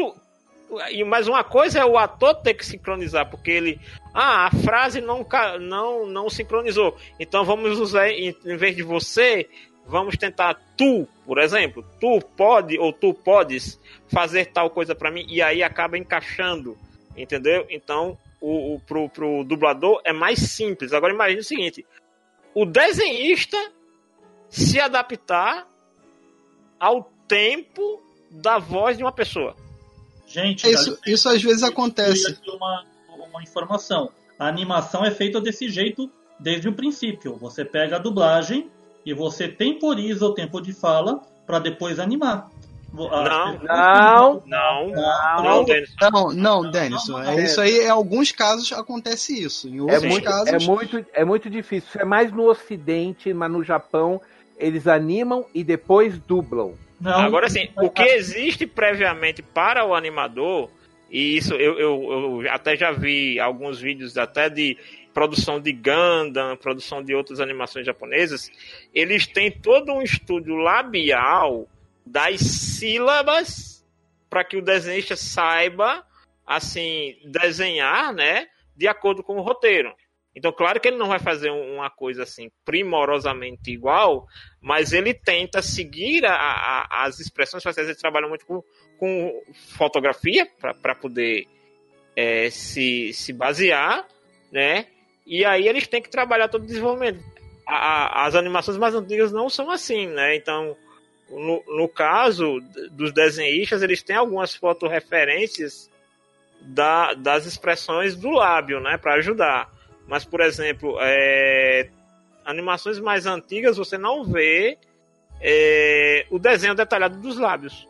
mas uma coisa é o ator ter que sincronizar, porque ele... a frase não sincronizou. Então, vamos usar, em vez de você, vamos tentar tu, por exemplo. Tu pode ou tu podes fazer tal coisa para mim, e aí acaba encaixando. Entendeu? Então, pro dublador é mais simples. Agora imagine o seguinte: o desenhista se adaptar ao tempo da voz de uma pessoa. Gente, isso às vezes acontece. Uma informação: a animação é feita desse jeito desde o princípio. Você pega a dublagem e você temporiza o tempo de fala para depois animar. Não, Denison. Isso aí, em alguns casos acontece isso. Em outros casos... É muito difícil. Isso é mais no Ocidente, mas no Japão eles animam e depois dublam. Agora sim, o que existe previamente para o animador, e isso eu até já vi alguns vídeos até de produção de Gundam, produção de outras animações japonesas, eles têm todo um estudo labial das sílabas para que o desenhista saiba assim desenhar, né, de acordo com o roteiro. Então, claro que ele não vai fazer uma coisa assim primorosamente igual, mas ele tenta seguir as expressões. Às vezes ele trabalha muito com fotografia para poder se basear, né? E aí eles têm que trabalhar todo o desenvolvimento. As animações mais antigas não são assim, né? Então, no caso dos desenhistas, eles têm algumas fotorreferências das expressões do lábio, né, para ajudar. Mas, por exemplo, animações mais antigas você não vê o desenho detalhado dos lábios.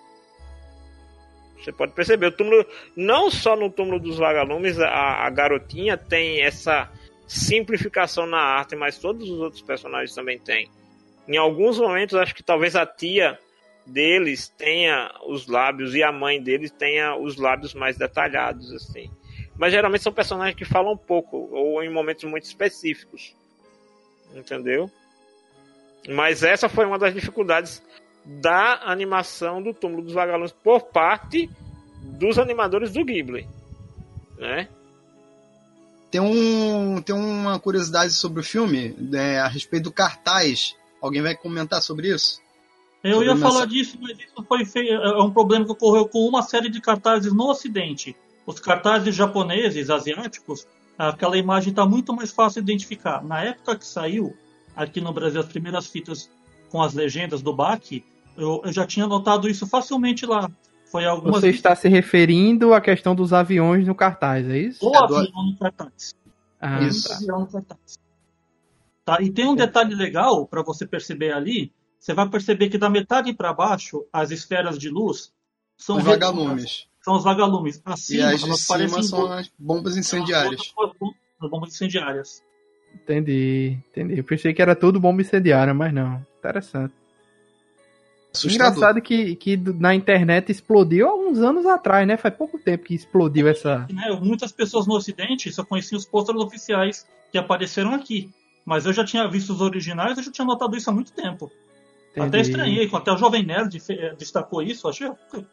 Você pode perceber, o túmulo, não só no túmulo dos vagalumes, a garotinha tem essa simplificação na arte, mas todos os outros personagens também têm. Em alguns momentos, acho que talvez a tia deles tenha os lábios e a mãe deles tenha os lábios mais detalhados, assim. Mas geralmente são personagens que falam pouco, ou em momentos muito específicos. Entendeu? Mas essa foi uma das dificuldades da animação do Túmulo dos Vagalumes por parte dos animadores do Ghibli, né? Tem uma curiosidade sobre o filme, a respeito do cartaz. Alguém vai comentar sobre isso? Eu ia falar disso, mas isso foi um problema que ocorreu com uma série de cartazes no Ocidente. Os cartazes japoneses, asiáticos, aquela imagem está muito mais fácil de identificar. Na época que saiu aqui no Brasil as primeiras fitas com as legendas do BAC, eu já tinha notado isso facilmente lá. Você está se referindo à questão dos aviões no cartaz, é isso? O avião no cartaz. Isso. Avião no cartaz. Tá? E tem um detalhe legal para você perceber ali. Você vai perceber que da metade para baixo, as esferas de luz são os vagalumes. São os vagalumes. Acima, e as de cima são as bombas incendiárias. As bombas incendiárias. Entendi. Eu pensei que era tudo bomba incendiária, mas não. Interessante. Assustador. Engraçado que na internet explodiu há uns anos atrás, né? Faz pouco tempo que explodiu essa... Muitas pessoas no Ocidente só conheciam os pôsteres oficiais que apareceram aqui. Mas eu já tinha visto os originais, eu já tinha notado isso há muito tempo. Entendi. Até estranhei, até o Jovem Nerd destacou isso, achei...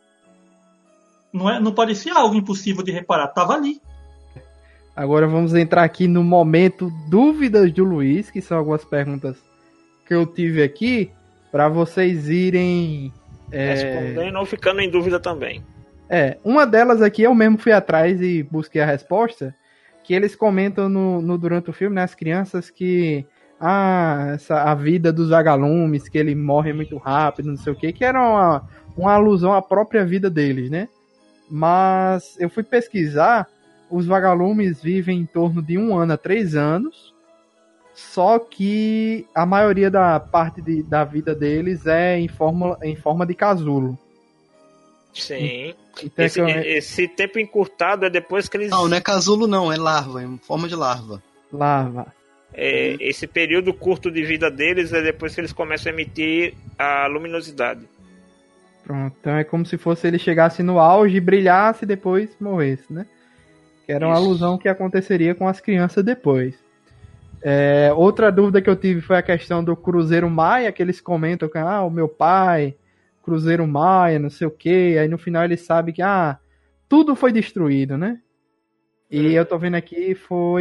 Não parecia algo impossível de reparar, tava ali. Agora vamos entrar aqui no momento dúvidas do Luiz, que são algumas perguntas que eu tive aqui, para vocês irem... respondendo ou ficando em dúvida também. Uma delas aqui eu mesmo fui atrás e busquei a resposta, que eles comentam durante o filme, né, as crianças, que a vida dos vagalumes, que ele morre muito rápido, não sei o que era uma alusão à própria vida deles, né? Mas eu fui pesquisar, os vagalumes vivem em torno de 1 ano a 3 anos, só que a maioria da parte da vida deles é em forma de casulo. Sim. Então esse tempo encurtado é depois que eles... Não é casulo não, é larva, em forma de larva. Larva. Esse período curto de vida deles é depois que eles começam a emitir a luminosidade. Pronto, então é como se fosse ele chegasse no auge, brilhasse e depois morresse, né? Que era uma alusão que aconteceria com as crianças depois. Outra dúvida que eu tive foi a questão do Cruzeiro Maia, que eles comentam que o meu pai, Cruzeiro Maia, não sei o que, aí no final ele sabe que tudo foi destruído, né? E eu tô vendo aqui,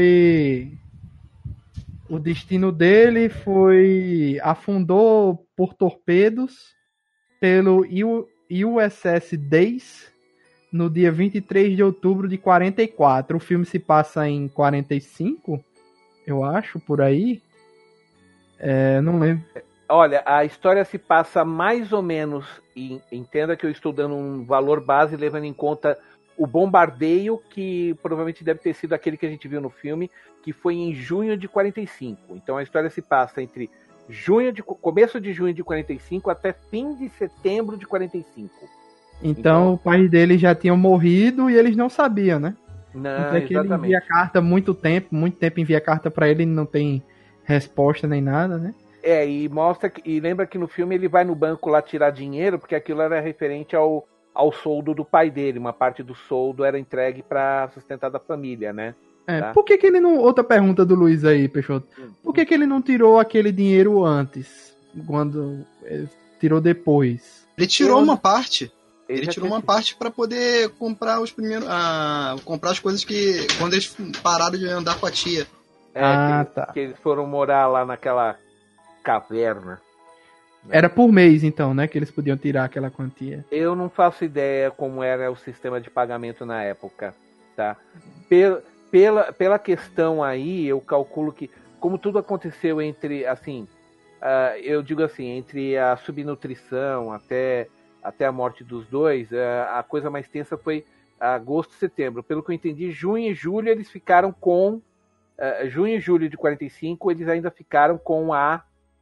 o destino dele afundou por torpedos pelo USS Days no dia 23 de outubro de 44. O filme se passa em 45, eu acho, por aí. Não lembro. Olha, a história se passa mais ou menos, entenda que eu estou dando um valor base levando em conta o bombardeio, que provavelmente deve ter sido aquele que a gente viu no filme, que foi em junho de 45. Então a história se passa entre começo de junho de 45 até fim de setembro de 45. Então o pai deles já tinham morrido e eles não sabiam, né? Não, então que ele envia carta muito tempo envia carta pra ele e não tem resposta nem nada, né? E mostra e lembra que no filme ele vai no banco lá tirar dinheiro, porque aquilo era referente ao soldo do pai dele, uma parte do soldo era entregue para sustentar da família, né? Tá? Por que ele não... Outra pergunta do Luiz aí, Peixoto. Por que ele não tirou aquele dinheiro antes? Quando tirou depois? Ele tirou uma parte. Ele tirou uma parte para poder comprar comprar as coisas que... Quando eles pararam de andar com a tia. Que eles foram morar lá naquela caverna. Era por mês, então, né? Que eles podiam tirar aquela quantia. Eu não faço ideia como era o sistema de pagamento na época, tá? Pela questão aí, eu calculo que, como tudo aconteceu entre, assim, eu digo assim, entre a subnutrição até a morte dos dois, a coisa mais tensa foi agosto e setembro. Pelo que eu entendi, junho e julho eles ficaram com junho e julho de 45, eles ainda ficaram com a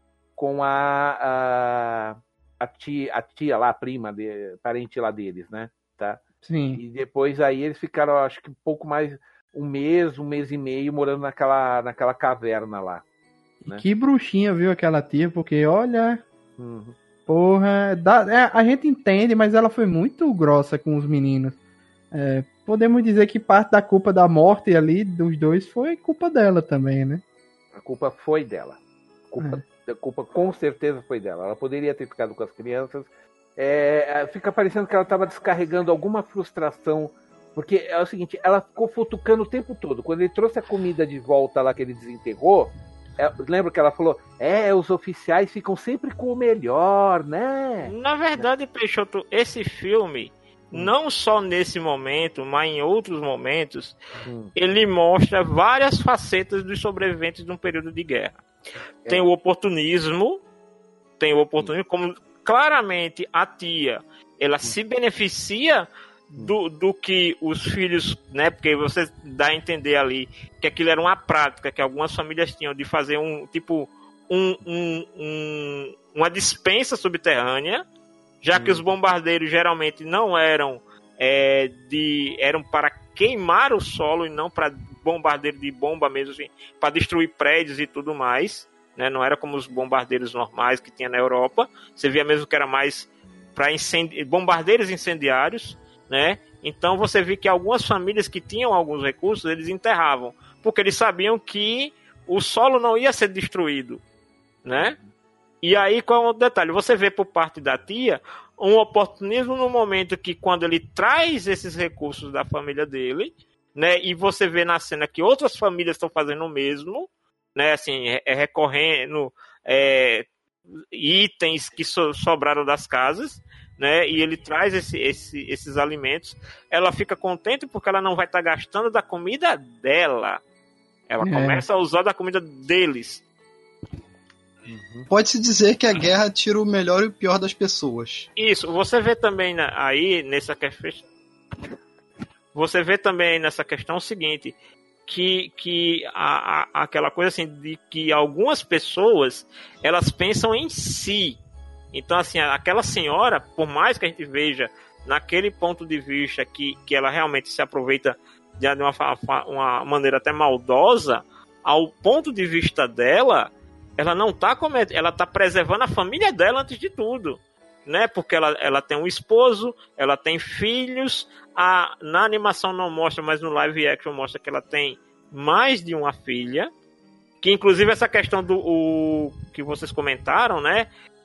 tia lá, a prima, parente lá deles, né? Tá? Sim. E depois aí eles ficaram, acho que um pouco mais, um mês e meio, morando naquela caverna lá. Né? Que bruxinha, viu, aquela tia, porque olha... Porra, a gente entende, mas ela foi muito grossa com os meninos. Podemos dizer que parte da culpa da morte ali dos dois foi culpa dela também, né? A culpa foi dela. A culpa com certeza foi dela. Ela poderia ter ficado com as crianças. Fica parecendo que ela estava descarregando alguma frustração, porque é o seguinte, ela ficou futucando o tempo todo. Quando ele trouxe a comida de volta lá que ele desenterrou, lembra que ela falou, os oficiais ficam sempre com o melhor, né? Na verdade, Peixoto, esse filme, não só nesse momento, mas em outros momentos, ele mostra várias facetas dos sobreviventes de um período de guerra. Tem o oportunismo, como claramente a tia, ela se beneficia do que os filhos, né, porque você dá a entender ali que aquilo era uma prática que algumas famílias tinham de fazer uma despensa subterrânea, já que os bombardeiros geralmente não eram eram para queimar o solo e não para bombardeiro de bomba mesmo, assim, para destruir prédios e tudo mais, né? Não era como os bombardeiros normais que tinha na Europa. Você via mesmo que era mais para bombardeiros incendiários, né? Então você vê que algumas famílias que tinham alguns recursos, eles enterravam, porque eles sabiam que o solo não ia ser destruído, né? E aí, qual é o detalhe? Você vê por parte da tia um oportunismo no momento que, quando ele traz esses recursos da família dele, né? E você vê na cena que outras famílias estão fazendo o mesmo, né? Assim, recorrendo itens que sobraram das casas, né? E ele traz esses alimentos. Ela fica contente porque ela não vai estar gastando da comida dela. Ela começa a usar da comida deles. Pode-se dizer que a guerra tira o melhor e o pior das pessoas. Isso, você vê também aí nessa questão. Você vê também nessa questão o seguinte, que aquela coisa assim, de que algumas pessoas, elas pensam em si. Então, assim, aquela senhora, por mais que a gente veja naquele ponto de vista que ela realmente se aproveita de uma maneira até maldosa, ao ponto de vista dela, ela não está ela está preservando a família dela antes de tudo, né? Porque ela tem um esposo, ela tem filhos. Na animação não mostra, mas no live action mostra que ela tem mais de uma filha. Que inclusive essa questão do que vocês comentaram, né?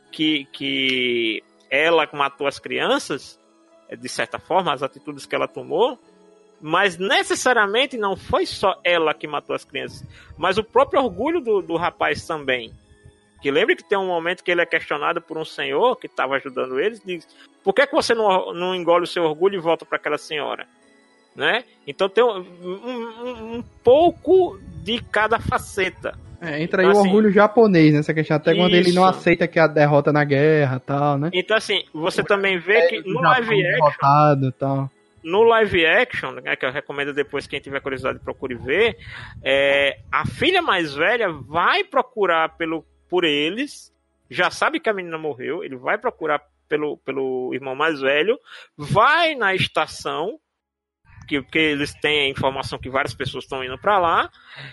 Que ela matou as crianças, de certa forma, as atitudes que ela tomou. Mas necessariamente não foi só ela que matou as crianças, mas o próprio orgulho do rapaz também. Que lembre que tem um momento que ele é questionado por um senhor que estava ajudando eles, diz: por que você não engole o seu orgulho e volta para aquela senhora? Né? Então tem um pouco de cada faceta. Entra então, aí o orgulho japonês nessa questão, até quando ele não aceita que a derrota na guerra e tal, né? Então assim, você também vê que no live action... Tal. No live action, né, que eu recomendo depois, quem tiver curiosidade procure ver, a filha mais velha vai procurar por eles, já sabe que a menina morreu, ele vai procurar pelo irmão mais velho, vai na estação, porque eles têm a informação que várias pessoas estão indo para lá,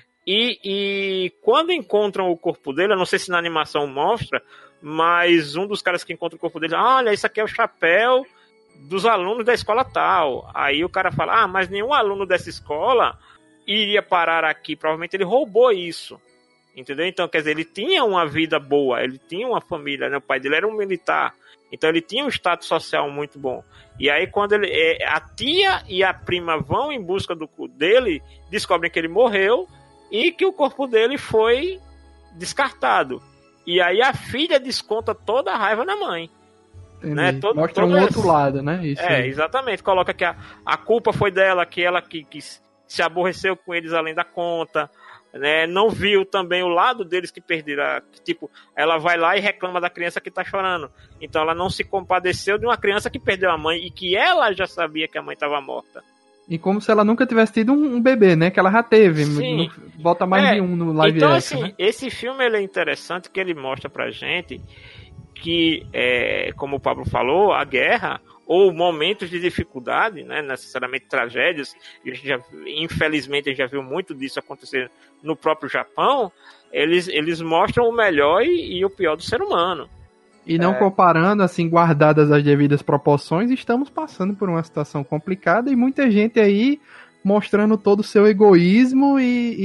e quando encontram o corpo dele, eu não sei se na animação mostra, mas um dos caras que encontra o corpo dele, olha, isso aqui é o chapéu dos alunos da escola tal. Aí o cara fala, mas nenhum aluno dessa escola iria parar aqui, provavelmente ele roubou isso, entendeu? Então, quer dizer, ele tinha uma vida boa, ele tinha uma família, né? O pai dele era um militar, então ele tinha um status social muito bom. E aí quando a tia e a prima vão em busca dele, descobrem que ele morreu e que o corpo dele foi descartado. E aí a filha desconta toda a raiva na mãe. Né? Mostra um outro lado, né? Isso exatamente. Coloca que a culpa foi dela, que ela que se aborreceu com eles além da conta, né? Não viu também o lado deles que perderam. Tipo, ela vai lá e reclama da criança que tá chorando. Então ela não se compadeceu de uma criança que perdeu a mãe e que ela já sabia que a mãe estava morta. E como se ela nunca tivesse tido um bebê, né? Que ela já teve. Sim. Bota mais de um no live então, action, assim, né? esse filme ele é interessante que ele mostra pra gente que, como o Pablo falou, a guerra ou momentos de dificuldade, né, necessariamente tragédias, infelizmente a gente já viu muito disso acontecer no próprio Japão, eles mostram o melhor e o pior do ser humano. E não comparando, assim, guardadas as devidas proporções, estamos passando por uma situação complicada e muita gente aí mostrando todo o seu egoísmo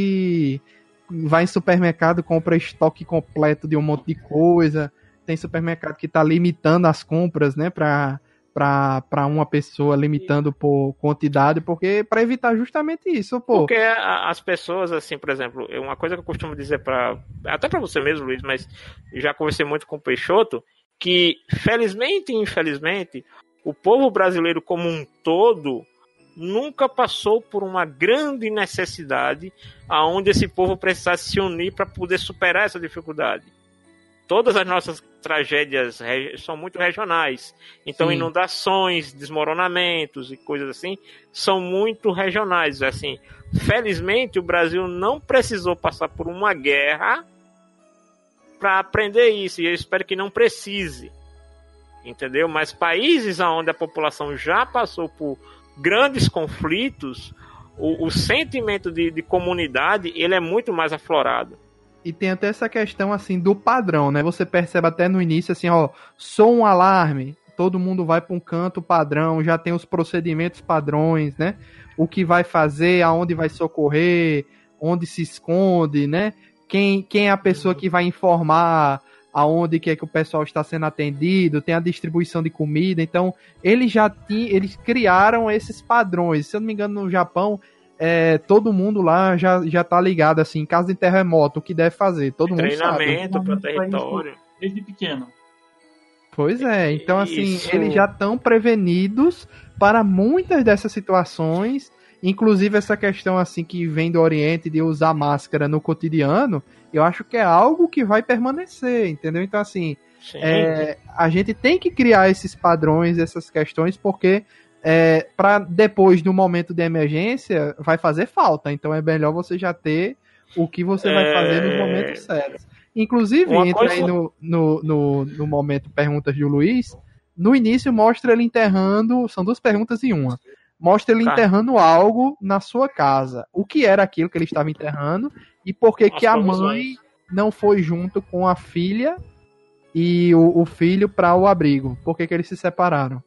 e vai em supermercado, compra estoque completo de um monte de coisa. Tem supermercado que está limitando as compras, né, para uma pessoa, limitando por quantidade, porque para evitar justamente isso, pô. Porque as pessoas, assim, por exemplo, uma coisa que eu costumo dizer até para você mesmo, Luiz, mas já conversei muito com o Peixoto, que felizmente e infelizmente o povo brasileiro como um todo nunca passou por uma grande necessidade aonde esse povo precisasse se unir para poder superar essa dificuldade. Todas as nossas tragédias são muito regionais. Então, inundações, desmoronamentos e coisas assim são muito regionais. Assim, felizmente, o Brasil não precisou passar por uma guerra para aprender isso. E eu espero que não precise. Entendeu? Mas países onde a população já passou por grandes conflitos, o sentimento de comunidade ele é muito mais aflorado. E tem até essa questão, assim, do padrão, né? Você percebe até no início, assim, ó, sou um alarme, todo mundo vai para um canto padrão, já tem os procedimentos padrões, né? O que vai fazer, aonde vai socorrer, onde se esconde, né? Quem é a pessoa que vai informar aonde que é que o pessoal está sendo atendido, tem a distribuição de comida. Então, eles criaram esses padrões. Se eu não me engano, no Japão, todo mundo lá já tá ligado, assim, em caso de terremoto, o que deve fazer, todo mundo sabe. Treinamento para território. Desde pequeno. Pois é, então assim, Isso. eles já estão prevenidos para muitas dessas situações, inclusive essa questão assim que vem do Oriente de usar máscara no cotidiano, eu acho que é algo que vai permanecer, entendeu? Então assim, a gente tem que criar esses padrões, essas questões, porque para depois, no momento de emergência, vai fazer falta. Então é melhor você já ter o que você vai fazer nos momentos certos. Inclusive, entra aí no momento perguntas do Luiz. No início mostra ele enterrando, são duas perguntas em uma. Mostra ele enterrando algo na sua casa. O que era aquilo que ele estava enterrando e por que que a mãe não foi junto com a filha e o filho para o abrigo? Por que que eles se separaram?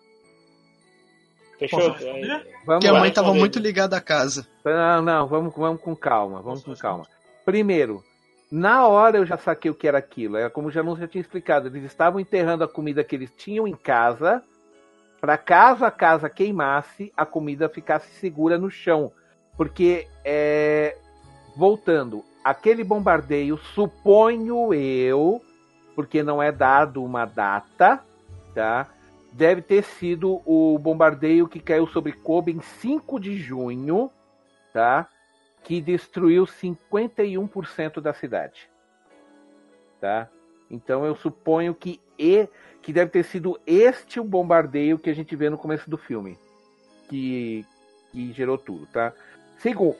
Fechou? Porque a mãe estava muito ligada à casa. Não, vamos com calma, Primeiro, na hora eu já saquei o que era aquilo. Era como o Janus já tinha explicado. Eles estavam enterrando a comida que eles tinham em casa, para caso a casa queimasse, a comida ficasse segura no chão. Porque, voltando, aquele bombardeio, suponho eu, porque não é dado uma data, tá? Deve ter sido o bombardeio que caiu sobre Kobe em 5 de junho, tá? Que destruiu 51% da cidade. Tá? Então eu suponho que deve ter sido este o bombardeio que a gente vê no começo do filme. Que gerou tudo, tá? Segundo,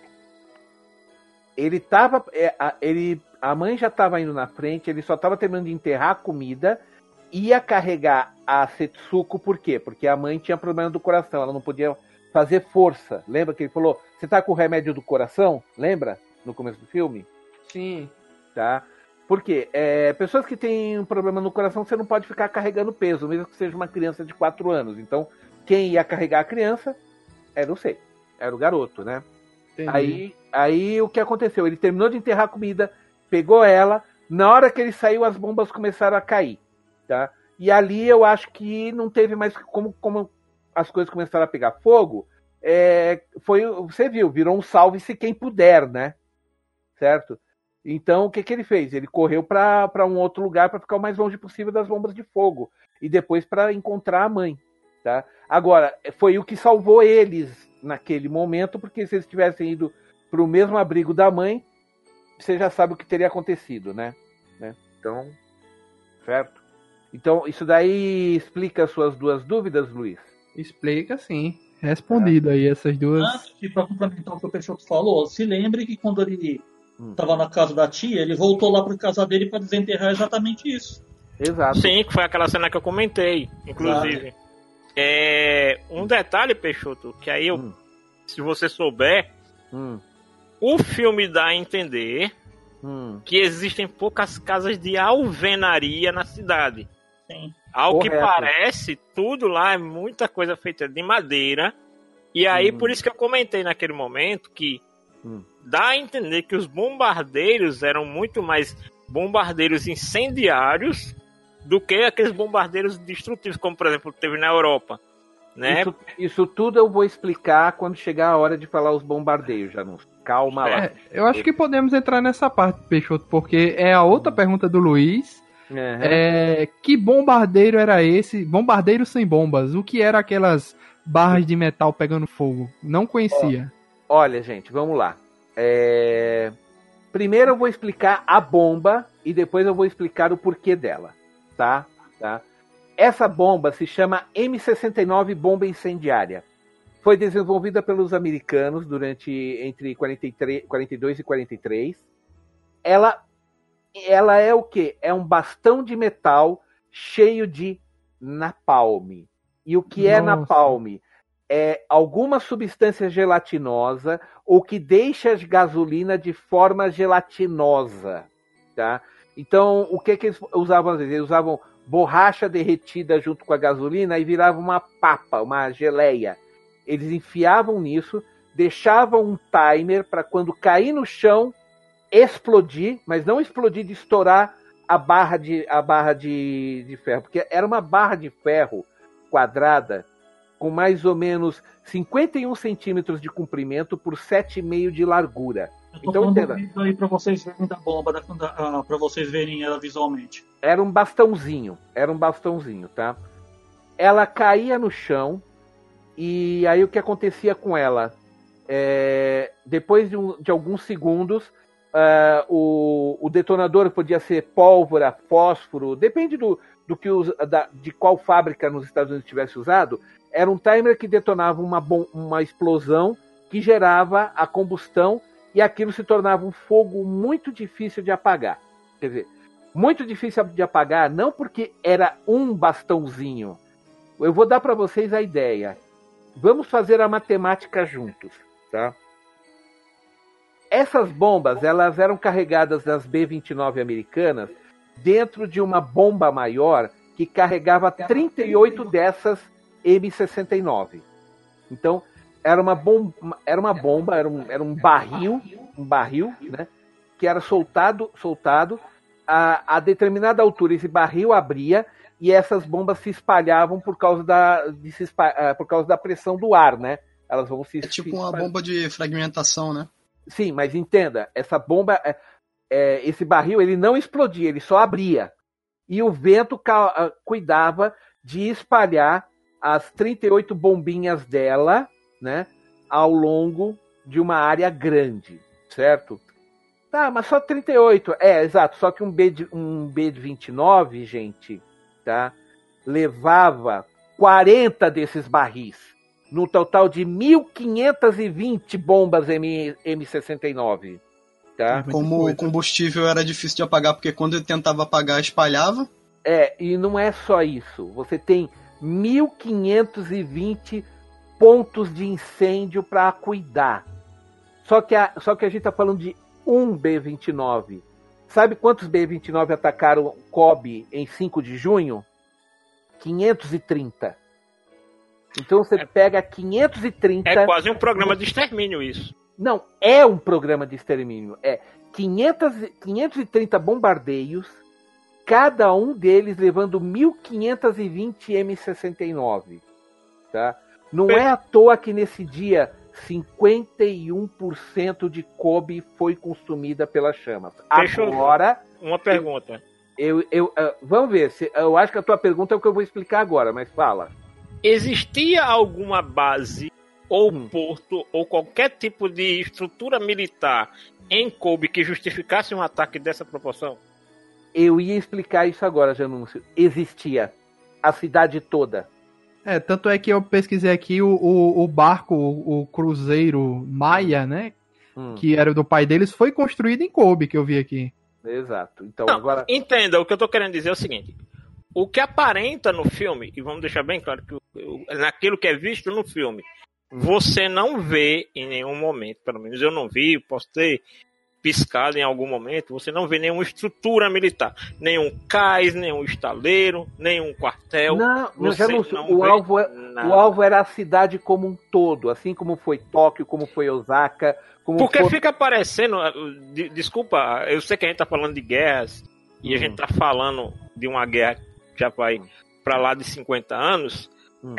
a mãe já estava indo na frente, ele só estava terminando de enterrar a comida, ia carregar a Setsuko, por quê? Porque a mãe tinha problema do coração, ela não podia fazer força. Lembra que ele falou, você tá com o remédio do coração? Lembra? No começo do filme? Sim. Tá? Por quê? Pessoas que têm um problema no coração, você não pode ficar carregando peso, mesmo que seja uma criança de 4 anos. Então, quem ia carregar a criança era o garoto, né? Aí o que aconteceu? Ele terminou de enterrar a comida, pegou ela, na hora que ele saiu, as bombas começaram a cair. Tá? E ali eu acho que não teve mais como as coisas começaram a pegar fogo. Você viu, virou um salve-se quem puder, né? Certo? Então o que ele fez? Ele correu para um outro lugar para ficar o mais longe possível das bombas de fogo e depois para encontrar a mãe. Tá? Agora, foi o que salvou eles naquele momento, porque se eles tivessem ido para o mesmo abrigo da mãe, você já sabe o que teria acontecido, né? Então, certo? Então, isso daí explica as suas duas dúvidas, Luiz? Explica, sim. Respondido aí essas duas. Antes, para complementar o que o Peixoto falou, se lembre que quando ele estava na casa da tia, ele voltou lá para casa dele para desenterrar exatamente isso. Exato. Sim, que foi aquela cena que eu comentei, inclusive. Um detalhe, Peixoto, que aí se você souber, o filme dá a entender que existem poucas casas de alvenaria na cidade. Sim. Ao que parece, tudo lá é muita coisa feita de madeira. E aí, por isso que eu comentei naquele momento que dá a entender que os bombardeiros eram muito mais bombardeiros incendiários do que aqueles bombardeiros destrutivos, como, por exemplo, teve na Europa. Né? Isso tudo eu vou explicar quando chegar a hora de falar os bombardeios, Janus. Calma lá. Eu acho que podemos entrar nessa parte, Peixoto, porque é a outra pergunta do Luiz. Que bombardeiro era esse? Bombardeiro sem bombas. O que era aquelas barras de metal pegando fogo? Não conhecia. Olha, gente, vamos lá. Primeiro eu vou explicar a bomba e depois eu vou explicar o porquê dela. Tá? Essa bomba se chama M69 bomba incendiária. Foi desenvolvida pelos americanos entre 42 e 43. Ela é o quê? É um bastão de metal cheio de napalm. E o que é napalm? É alguma substância gelatinosa ou que deixa a gasolina de forma gelatinosa. Tá? Então, o que eles usavam às vezes? Eles usavam borracha derretida junto com a gasolina e virava uma papa, uma geleia. Eles enfiavam nisso, deixavam um timer para quando cair no chão explodir, mas não explodir de estourar a barra de ferro, porque era uma barra de ferro quadrada com mais ou menos 51 centímetros de comprimento por 7,5 de largura. Então entenda. Aí para vocês verem da bomba, para vocês verem ela visualmente. Era um bastãozinho, tá? Ela caía no chão e aí o que acontecia com ela? Depois de alguns segundos, o detonador podia ser pólvora, fósforo, depende de qual fábrica nos Estados Unidos tivesse usado. Era um timer que detonava uma explosão que gerava a combustão e aquilo se tornava um fogo muito difícil de apagar. Quer dizer, muito difícil de apagar, não porque era um bastãozinho. Eu vou dar para vocês a ideia. Vamos fazer a matemática juntos, tá? Essas bombas, elas eram carregadas nas B-29 americanas dentro de uma bomba maior que carregava 38 dessas M69. Então, era uma bomba, era um barril, né, que era soltado a determinada altura. Esse barril abria e essas bombas se espalhavam por causa da pressão do ar, né? Elas vão se tipo uma bomba de fragmentação, né? Sim, mas entenda, essa bomba, esse barril, ele não explodia, ele só abria. E o vento cuidava de espalhar as 38 bombinhas dela, né, ao longo de uma área grande, certo? Tá, mas só 38. Exato, só que um B-29, gente, tá, levava 40 desses barris, no total de 1.520 bombas M69. Tá? Como o combustível era difícil de apagar, porque quando ele tentava apagar, espalhava. E não é só isso. Você tem 1.520 pontos de incêndio para cuidar. Só que a gente está falando de um B-29. Sabe quantos B-29 atacaram Kobe em 5 de junho? 530. Então você pega 530... É quase um programa de extermínio isso. Não, é um programa de extermínio. 530 bombardeios, cada um deles levando 1.520 M69. Tá? Não é à toa que nesse dia 51% de Kobe foi consumida pelas chamas. Agora... Uma pergunta. Vamos ver. Eu acho que a tua pergunta é o que eu vou explicar agora, mas fala. Existia alguma base ou porto ou qualquer tipo de estrutura militar em Kobe que justificasse um ataque dessa proporção? Eu ia explicar isso agora, Janúncio. Existia. A cidade toda. Tanto é que eu pesquisei aqui o barco, o cruzeiro Maia, né? Que era do pai deles, foi construído em Kobe, que eu vi aqui. Exato. Então, Não, agora... Entenda, o que eu tô querendo dizer é o seguinte. O que aparenta no filme, e vamos deixar bem claro que naquilo que é visto no filme, você não vê em nenhum momento, pelo menos eu não vi, posso ter piscado em algum momento, você não vê nenhuma estrutura militar, nenhum cais, nenhum estaleiro, nenhum quartel. Não, o alvo era a cidade como um todo, assim como foi Tóquio, como foi Osaka. Porque fica parecendo, desculpa, eu sei que a gente tá falando de guerras, e a gente tá falando de uma guerra que já vai pra lá de 50 anos,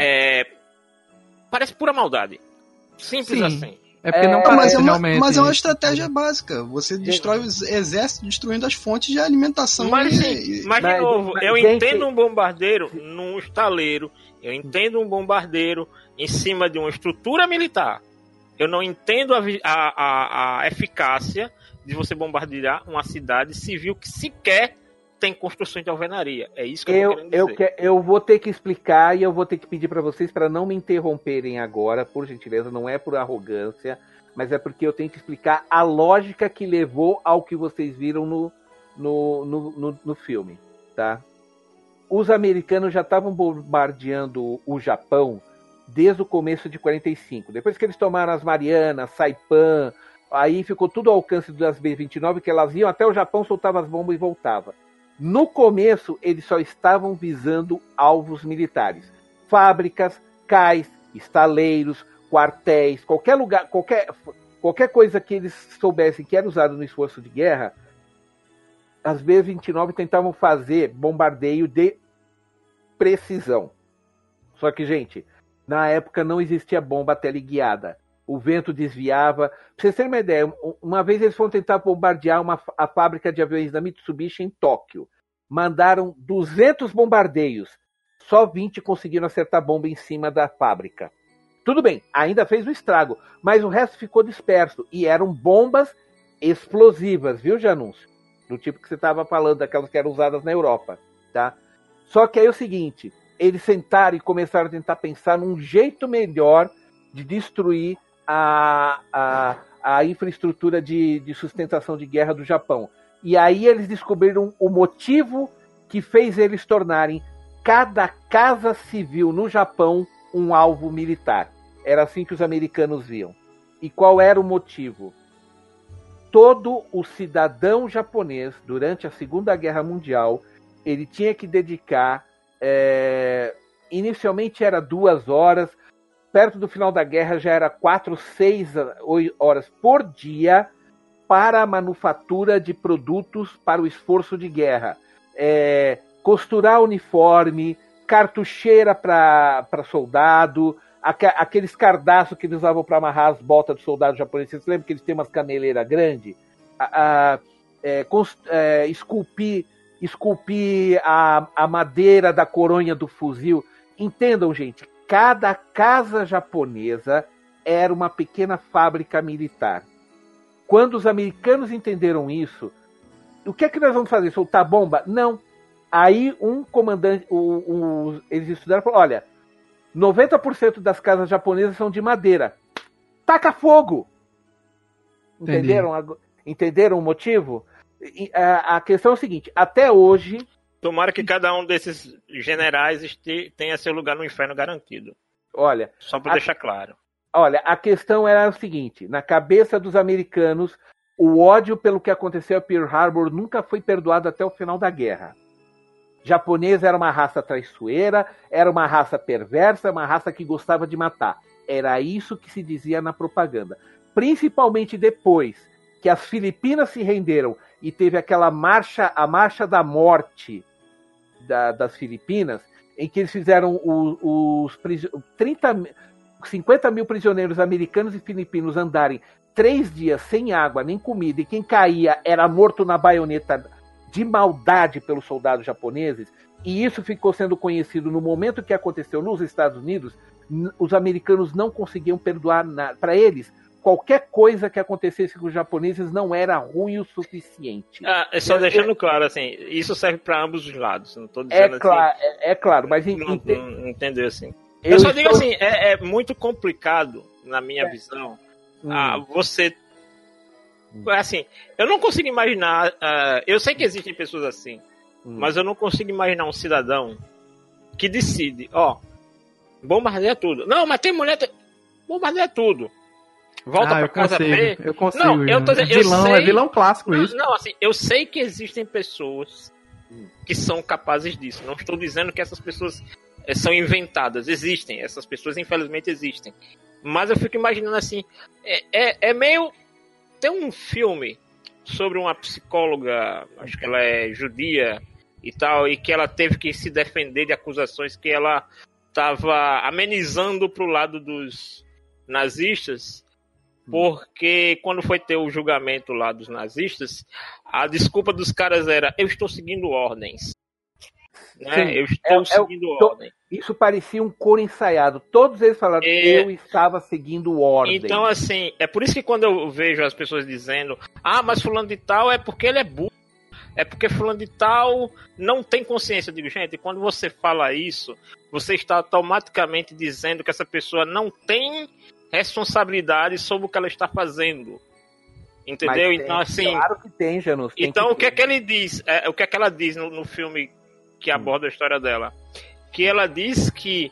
parece pura maldade. Simples assim. É porque não parece realmente. Mas é uma estratégia básica. Você destrói os exércitos destruindo as fontes de alimentação. Mas de novo, eu entendo um bombardeiro num estaleiro, eu entendo um bombardeiro em cima de uma estrutura militar. Eu não entendo a eficácia de você bombardear uma cidade civil que sequer tem construção de alvenaria. É isso que eu tô querendo dizer. Eu vou ter que explicar e eu vou ter que pedir para vocês para não me interromperem agora, por gentileza, não é por arrogância, mas é porque eu tenho que explicar a lógica que levou ao que vocês viram no filme, tá? Os americanos já estavam bombardeando o Japão desde o começo de 45. Depois que eles tomaram as Marianas, Saipan, aí ficou tudo ao alcance das B-29, que elas iam até o Japão, soltavam as bombas e voltavam. No começo, eles só estavam visando alvos militares. Fábricas, cais, estaleiros, quartéis, qualquer lugar, qualquer coisa que eles soubessem que era usado no esforço de guerra, as B-29 tentavam fazer bombardeio de precisão. Só que, gente, na época não existia bomba teleguiada. O vento desviava. Pra vocês terem uma ideia, uma vez eles foram tentar bombardear a fábrica de aviões da Mitsubishi em Tóquio. Mandaram 200 bombardeios. Só 20 conseguiram acertar bomba em cima da fábrica. Tudo bem, ainda fez um estrago, mas o resto ficou disperso. E eram bombas explosivas, viu, Janúncio? Do tipo que você estava falando, daquelas que eram usadas na Europa. Tá? Só que aí é o seguinte, eles sentaram e começaram a tentar pensar num jeito melhor de destruir a infraestrutura de sustentação de guerra do Japão. E aí eles descobriram o motivo que fez eles tornarem cada casa civil no Japão um alvo militar. Era assim que os americanos viam. E qual era o motivo? Todo o cidadão japonês, durante a Segunda Guerra Mundial, ele tinha que dedicar, inicialmente era 2 horas, perto do final da guerra já era 4, 6 horas por dia para a manufatura de produtos para o esforço de guerra. Costurar uniforme, cartucheira para soldado, aqueles cardaços que eles usavam para amarrar as botas dos soldados japoneses. Vocês lembram que eles têm umas caneleiras grandes? Esculpir a madeira da coronha do fuzil. Entendam, gente, cada casa japonesa era uma pequena fábrica militar. Quando os americanos entenderam isso, o que é que nós vamos fazer? Soltar bomba? Não. Aí um comandante, eles estudaram e falaram, olha, 90% das casas japonesas são de madeira. Taca fogo! Entenderam o motivo? A questão é o seguinte, até hoje... Tomara que cada um desses generais tenha seu lugar no inferno garantido. Olha, só para deixar claro. Olha, a questão era o seguinte, na cabeça dos americanos, o ódio pelo que aconteceu a Pearl Harbor nunca foi perdoado até o final da guerra. Japonês era uma raça traiçoeira, era uma raça perversa, uma raça que gostava de matar. Era isso que se dizia na propaganda. Principalmente depois que as Filipinas se renderam e teve aquela a marcha da morte das Filipinas, em que eles fizeram os 50 mil prisioneiros americanos e filipinos andarem 3 dias sem água nem comida, e quem caía era morto na baioneta de maldade pelos soldados japoneses, e isso ficou sendo conhecido no momento que aconteceu nos Estados Unidos. Os americanos não conseguiam perdoar nada. Para eles, qualquer coisa que acontecesse com os japoneses não era ruim o suficiente. Só deixando claro, assim, isso serve para ambos os lados. Não tô dizendo claro, mas não entender assim. Eu só digo assim, é muito complicado, na minha visão, você... Assim, eu não consigo imaginar... eu sei que existem pessoas assim, mas eu não consigo imaginar um cidadão que decide, bombardeia tudo. Não, mas tem mulher... Bombardeia tudo. Volta pra casa B. Eu consigo. Não, eu tô dizendo, é vilão clássico isso. Não, assim, eu sei que existem pessoas que são capazes disso. Não estou dizendo que essas pessoas são inventadas. Existem. Essas pessoas, infelizmente, existem. Mas eu fico imaginando assim, é meio... Tem um filme sobre uma psicóloga, acho que ela é judia e tal, e que ela teve que se defender de acusações que ela estava amenizando pro lado dos nazistas, porque quando foi ter o julgamento lá dos nazistas, a desculpa dos caras era: eu estou seguindo ordens. Né? Eu estou seguindo ordem. Isso parecia um coro ensaiado. Todos eles falaram: eu estava seguindo ordem. Então, assim, é por isso que quando eu vejo as pessoas dizendo: mas fulano de tal é porque ele é burro, é porque fulano de tal não tem consciência. Eu digo, gente, quando você fala isso, você está automaticamente dizendo que essa pessoa não tem responsabilidade sobre o que ela está fazendo. Entendeu? Tem, então, assim... Claro que tem, Janus. Então, o que é que ele diz? O que é que ela diz no filme que aborda a história dela? Que ela diz que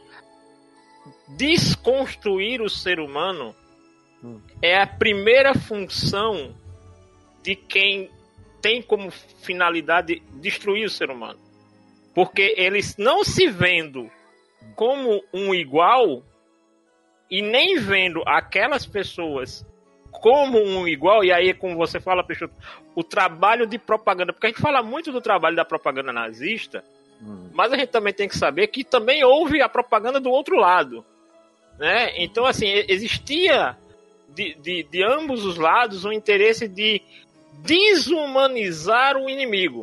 desconstruir o ser humano é a primeira função de quem tem como finalidade destruir o ser humano. Porque eles não se vendo como um igual e nem vendo aquelas pessoas como um igual, e aí, como você fala, Peixoto, o trabalho de propaganda, porque a gente fala muito do trabalho da propaganda nazista, mas a gente também tem que saber que também houve a propaganda do outro lado, né? Então, assim, existia de ambos os lados um interesse de desumanizar o inimigo.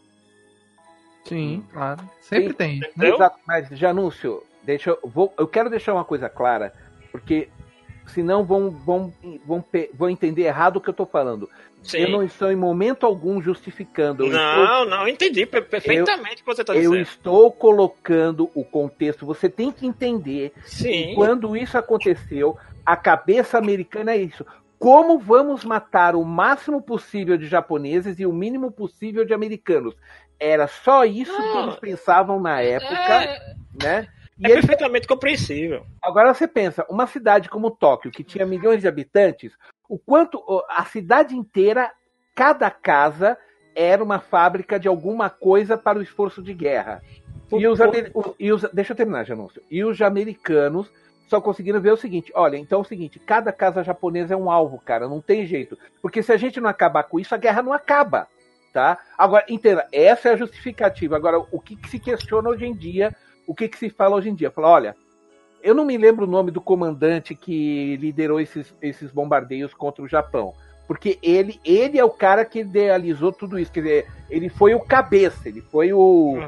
Sim, claro. Sempre tem. Né? Exato, mas, Janúncio, eu quero deixar uma coisa clara, porque senão vão entender errado o que eu estou falando. Sim. Eu não estou em momento algum justificando. Não, entendi perfeitamente o que você está dizendo. Eu estou colocando o contexto. Você tem que entender que quando isso aconteceu, a cabeça americana é isso. Como vamos matar o máximo possível de japoneses e o mínimo possível de americanos? Era só isso que eles pensavam na época, né? E perfeitamente compreensível. Agora você pensa, uma cidade como Tóquio, que tinha milhões de habitantes, o quanto a cidade inteira, cada casa era uma fábrica de alguma coisa para o esforço de guerra. Deixa eu terminar, Janúncio. E os americanos só conseguiram ver o seguinte: olha, então é o seguinte, cada casa japonesa é um alvo, cara, não tem jeito. Porque se a gente não acabar com isso, a guerra não acaba, tá? Agora, entenda, essa é a justificativa. Agora, o que se questiona hoje em dia, o que se fala hoje em dia? Fala, olha, eu não me lembro o nome do comandante que liderou esses bombardeios contra o Japão, porque ele é o cara que idealizou tudo isso, quer dizer, ele foi o cabeça, ele foi o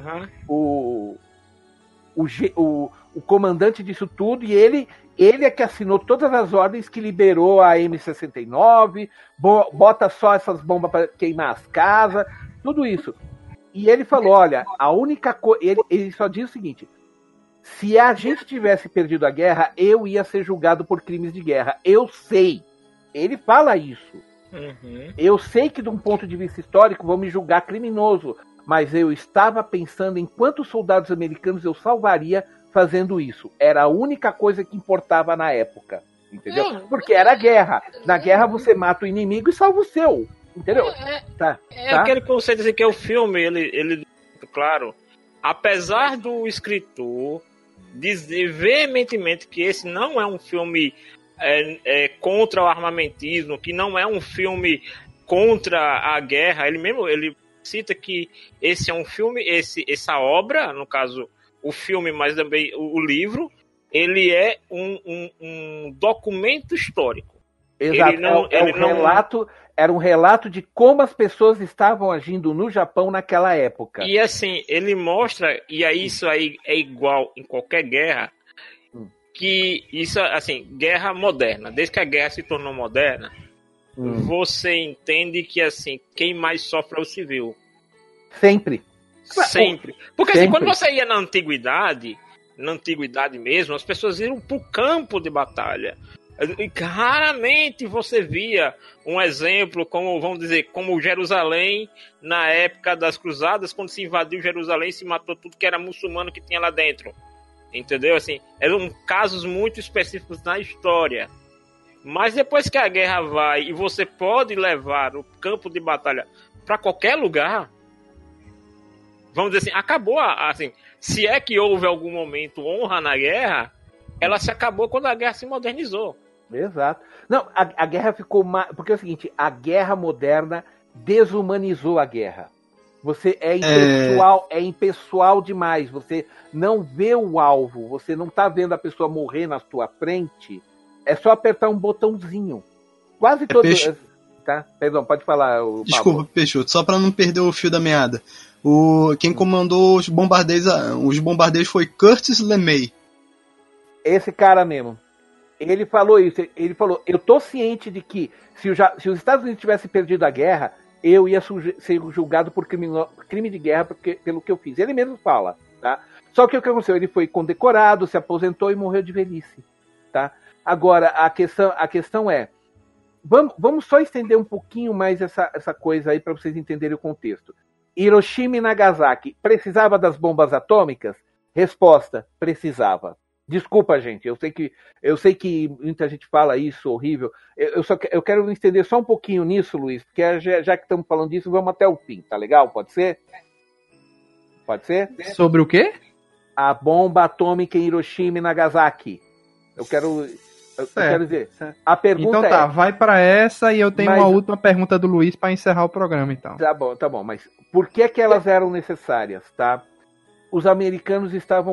comandante disso tudo, e ele é que assinou todas as ordens que liberou a M69, bota só essas bombas para queimar as casas, tudo isso. E ele falou, olha, a única coisa... Ele só diz o seguinte: se a gente tivesse perdido a guerra, eu ia ser julgado por crimes de guerra. Eu sei. Ele fala isso. Eu sei que, de um ponto de vista histórico, vão me julgar criminoso. Mas eu estava pensando em quantos soldados americanos eu salvaria fazendo isso. Era a única coisa que importava na época. Entendeu? Porque era guerra. Na guerra você mata o inimigo e salva o seu. Entendeu? Tá. Aquele conceito assim, que é o filme, ele claro, apesar do escritor dizer veementemente que esse não é um filme contra o armamentismo, que não é um filme contra a guerra, ele cita que esse é um filme, essa obra, no caso o filme, mas também o livro, ele é um documento histórico. Exato, era um relato de como as pessoas estavam agindo no Japão naquela época. E assim, ele mostra, e aí isso aí é igual em qualquer guerra, que isso, assim, guerra moderna, desde que a guerra se tornou moderna, você entende que, assim, quem mais sofre é o civil. Sempre. Porque assim, quando você ia na antiguidade, na antiguidade mesmo, as pessoas iam para o campo de batalha. E raramente você via um exemplo como, vamos dizer, como Jerusalém na época das cruzadas, quando se invadiu Jerusalém, se matou tudo que era muçulmano que tinha lá dentro. Entendeu? Assim, eram casos muito específicos na história. Mas depois que a guerra vai e você pode levar o campo de batalha para qualquer lugar, vamos dizer assim, acabou assim, se é que houve algum momento honra na guerra, ela se acabou quando a guerra se modernizou. Exato. Não, a guerra ficou mais... Porque é o seguinte, a guerra moderna desumanizou a guerra. Você é impessoal demais. Você não vê o alvo. Você não tá vendo a pessoa morrer na sua frente. É só apertar um botãozinho. Quase todo... Tá? Perdão, pode falar. Desculpa, Peixoto, só para não perder o fio da meada. Quem comandou os bombardeios foi Curtis LeMay. Esse cara mesmo. Ele falou isso. Ele falou, eu tô ciente de que se os Estados Unidos tivessem perdido a guerra, eu ia ser julgado por crime de guerra pelo que eu fiz. Ele mesmo fala, tá? Só que o que aconteceu? Ele foi condecorado, se aposentou e morreu de velhice, tá? Agora, a questão é, vamos só estender um pouquinho mais essa coisa aí para vocês entenderem o contexto. Hiroshima e Nagasaki, precisava das bombas atômicas? Resposta, precisava. Desculpa, gente, eu sei que muita gente fala isso, horrível. Eu quero estender só um pouquinho nisso, Luiz, porque já que estamos falando disso, vamos até o fim, tá legal? Pode ser? Pode ser? Sobre o quê? A bomba atômica em Hiroshima e Nagasaki. Eu quero dizer, a pergunta então tá, vai para essa e eu tenho uma última pergunta do Luiz para encerrar o programa, então. Tá bom, mas por que elas eram necessárias, tá? Os americanos,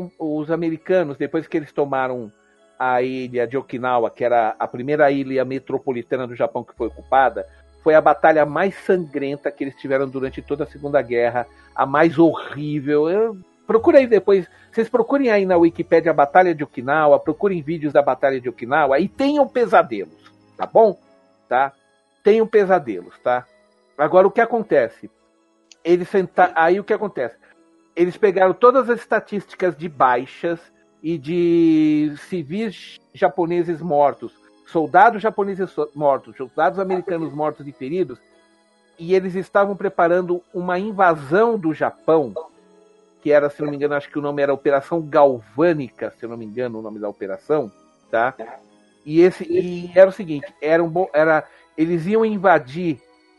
depois que eles tomaram a ilha de Okinawa, que era a primeira ilha metropolitana do Japão que foi ocupada, foi a batalha mais sangrenta que eles tiveram durante toda a Segunda Guerra, a mais horrível. Procura aí depois, vocês procurem aí na Wikipédia a Batalha de Okinawa, procurem vídeos da Batalha de Okinawa e tenham pesadelos, tá bom? Tá? Tenham pesadelos, tá? Agora, o que acontece? Aí o que acontece? Eles pegaram todas as estatísticas de baixas e de civis japoneses mortos, soldados japoneses mortos, soldados americanos mortos e feridos, e eles estavam preparando uma invasão do Japão, que era, se não me engano, acho que o nome era Operação Galvânica, se eu não me engano o nome da operação, tá? E era o seguinte, eles iam invadir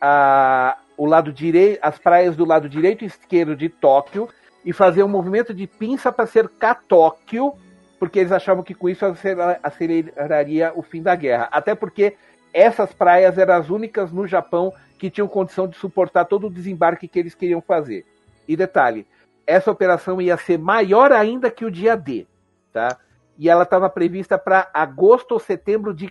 o lado direito, as praias do lado direito e esquerdo de Tóquio, e fazer um movimento de pinça para cercar Tóquio, porque eles achavam que com isso aceleraria o fim da guerra. Até porque essas praias eram as únicas no Japão que tinham condição de suportar todo o desembarque que eles queriam fazer. E detalhe, essa operação ia ser maior ainda que o dia D, tá? E ela estava prevista para agosto ou setembro de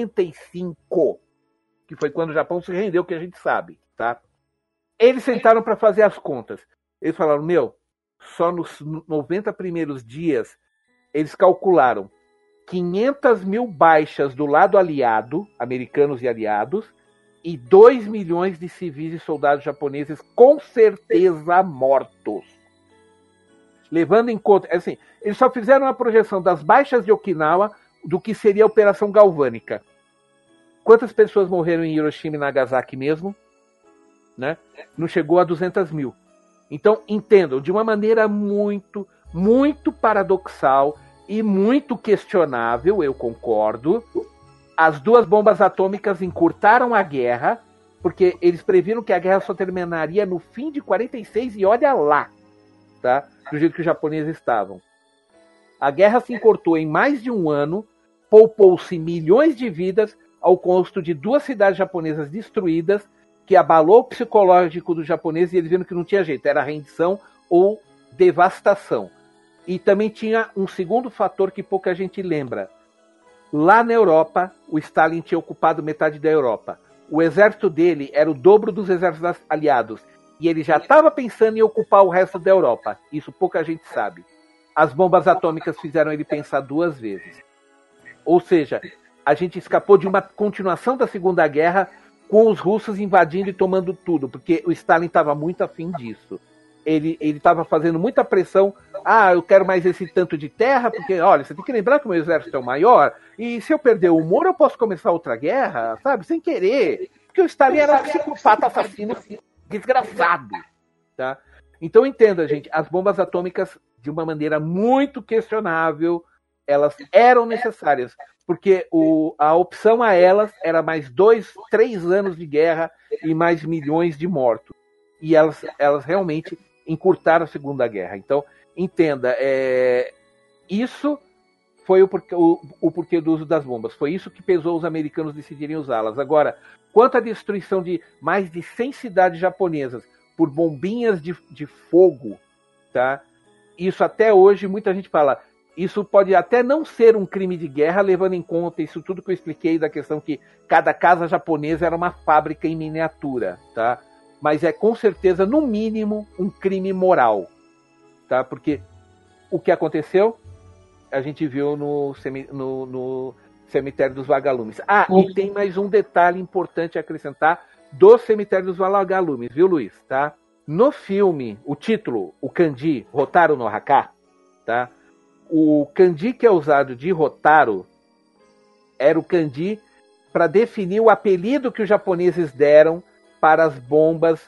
45, que foi quando o Japão se rendeu, que a gente sabe, tá? Eles sentaram para fazer as contas. Eles falaram, só nos 90 primeiros dias, eles calcularam 500 mil baixas do lado aliado, americanos e aliados, e 2 milhões de civis e soldados japoneses com certeza mortos. Levando em conta, assim, eles só fizeram a projeção das baixas de Okinawa do que seria a Operação Galvânica. Quantas pessoas morreram em Hiroshima e Nagasaki mesmo? Né? Não chegou a 200 mil. Então, entendam, de uma maneira muito, muito paradoxal e muito questionável, eu concordo, as duas bombas atômicas encurtaram a guerra, porque eles previram que a guerra só terminaria no fim de 46, e olha lá, tá? Do jeito que os japoneses estavam. A guerra se encurtou em mais de um ano, poupou-se milhões de vidas ao custo de 2 cidades japonesas destruídas, que abalou o psicológico dos japoneses, e eles viram que não tinha jeito, era rendição ou devastação. E também tinha um segundo fator que pouca gente lembra. Lá na Europa, o Stalin tinha ocupado metade da Europa. O exército dele era o dobro dos exércitos aliados, e ele já estava pensando em ocupar o resto da Europa. Isso pouca gente sabe. As bombas atômicas fizeram ele pensar 2 vezes. Ou seja, a gente escapou de uma continuação da Segunda Guerra, com os russos invadindo e tomando tudo, porque o Stalin estava muito afim disso. ele estava fazendo muita pressão. Eu quero mais esse tanto de terra, porque, olha, você tem que lembrar que o meu exército é o maior, e se eu perder o muro, eu posso começar outra guerra, sabe? Sem querer. Porque o Stalin era um psicopata assassino desgraçado, tá? Então entenda, gente, as bombas atômicas, de uma maneira muito questionável, elas eram necessárias, porque a opção a elas era mais 2, 3 anos de guerra e mais milhões de mortos. E elas realmente encurtaram a Segunda Guerra. Então, entenda, isso foi o porquê do uso das bombas. Foi isso que pesou os americanos decidirem usá-las. Agora, quanto à destruição de mais de 100 cidades japonesas por bombinhas de fogo, tá? Isso até hoje, muita gente fala, isso pode até não ser um crime de guerra, levando em conta isso tudo que eu expliquei da questão que cada casa japonesa era uma fábrica em miniatura, tá? Mas é com certeza, no mínimo, um crime moral, tá? Porque o que aconteceu, a gente viu no cemitério dos vagalumes. E tem mais um detalhe importante a acrescentar do cemitério dos vagalumes, viu, Luiz? Tá? No filme, o título, o kanji, Hotaru no Haka, tá? O kanji que é usado de Hotaru era o kanji para definir o apelido que os japoneses deram para as bombas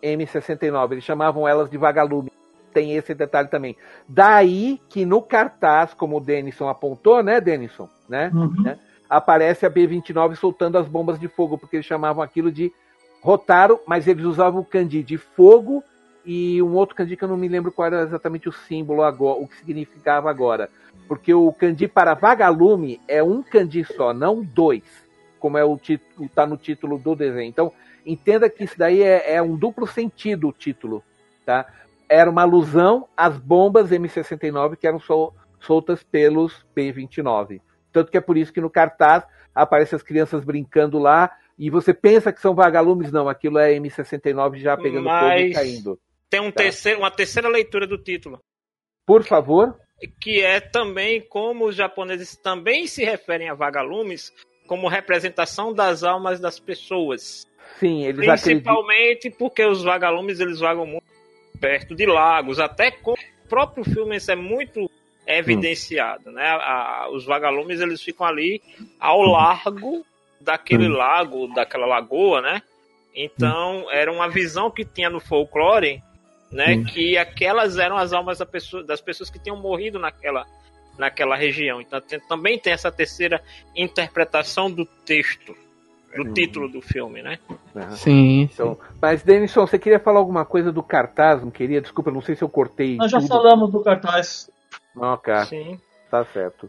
M69. Eles chamavam elas de vagalume. Tem esse detalhe também. Daí que no cartaz, como o Denison apontou, né, Denison? Né? Uhum. Né? Aparece a B-29 soltando as bombas de fogo, porque eles chamavam aquilo de Hotaru, mas eles usavam o kanji de fogo e um outro kanji que eu não me lembro qual era exatamente o símbolo agora, o que significava agora. Porque o kanji para vagalume é um kanji só, não 2, como tá no título do desenho. Então, entenda que isso daí é um duplo sentido o título, tá? Era uma alusão às bombas M69 que eram soltas pelos B-29. Tanto que é por isso que no cartaz aparecem as crianças brincando lá e você pensa que são vagalumes, não, aquilo é M69 já pegando fogo e caindo. Tem uma terceira leitura do título. Por favor. Que é também como os japoneses também se referem a vagalumes como representação das almas das pessoas. Sim, eles principalmente porque os vagalumes eles vagam muito perto de lagos, até com o próprio filme isso é muito evidenciado, né? Os vagalumes eles ficam ali ao largo daquele lago, daquela lagoa, né? Então era uma visão que tinha no folclore, né? Que aquelas eram as almas das pessoas que tinham morrido naquela região. Então também tem essa terceira interpretação do texto, do título do filme, né? Sim. Então, mas, Denison, você queria falar alguma coisa do cartaz? Não queria? Desculpa, não sei se eu cortei. Nós já falamos do cartaz. Ok. Sim. Tá certo.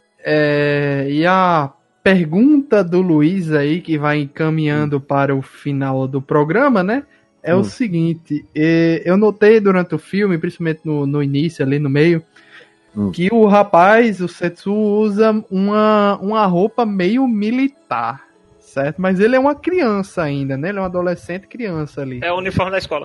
E a pergunta do Luiz aí, que vai encaminhando para o final do programa, né? É o seguinte, eu notei durante o filme, principalmente no início, ali no meio, que o rapaz, o Setsu, usa uma roupa meio militar, certo? Mas ele é uma criança ainda, né? Ele é um adolescente criança ali. É o uniforme da escola.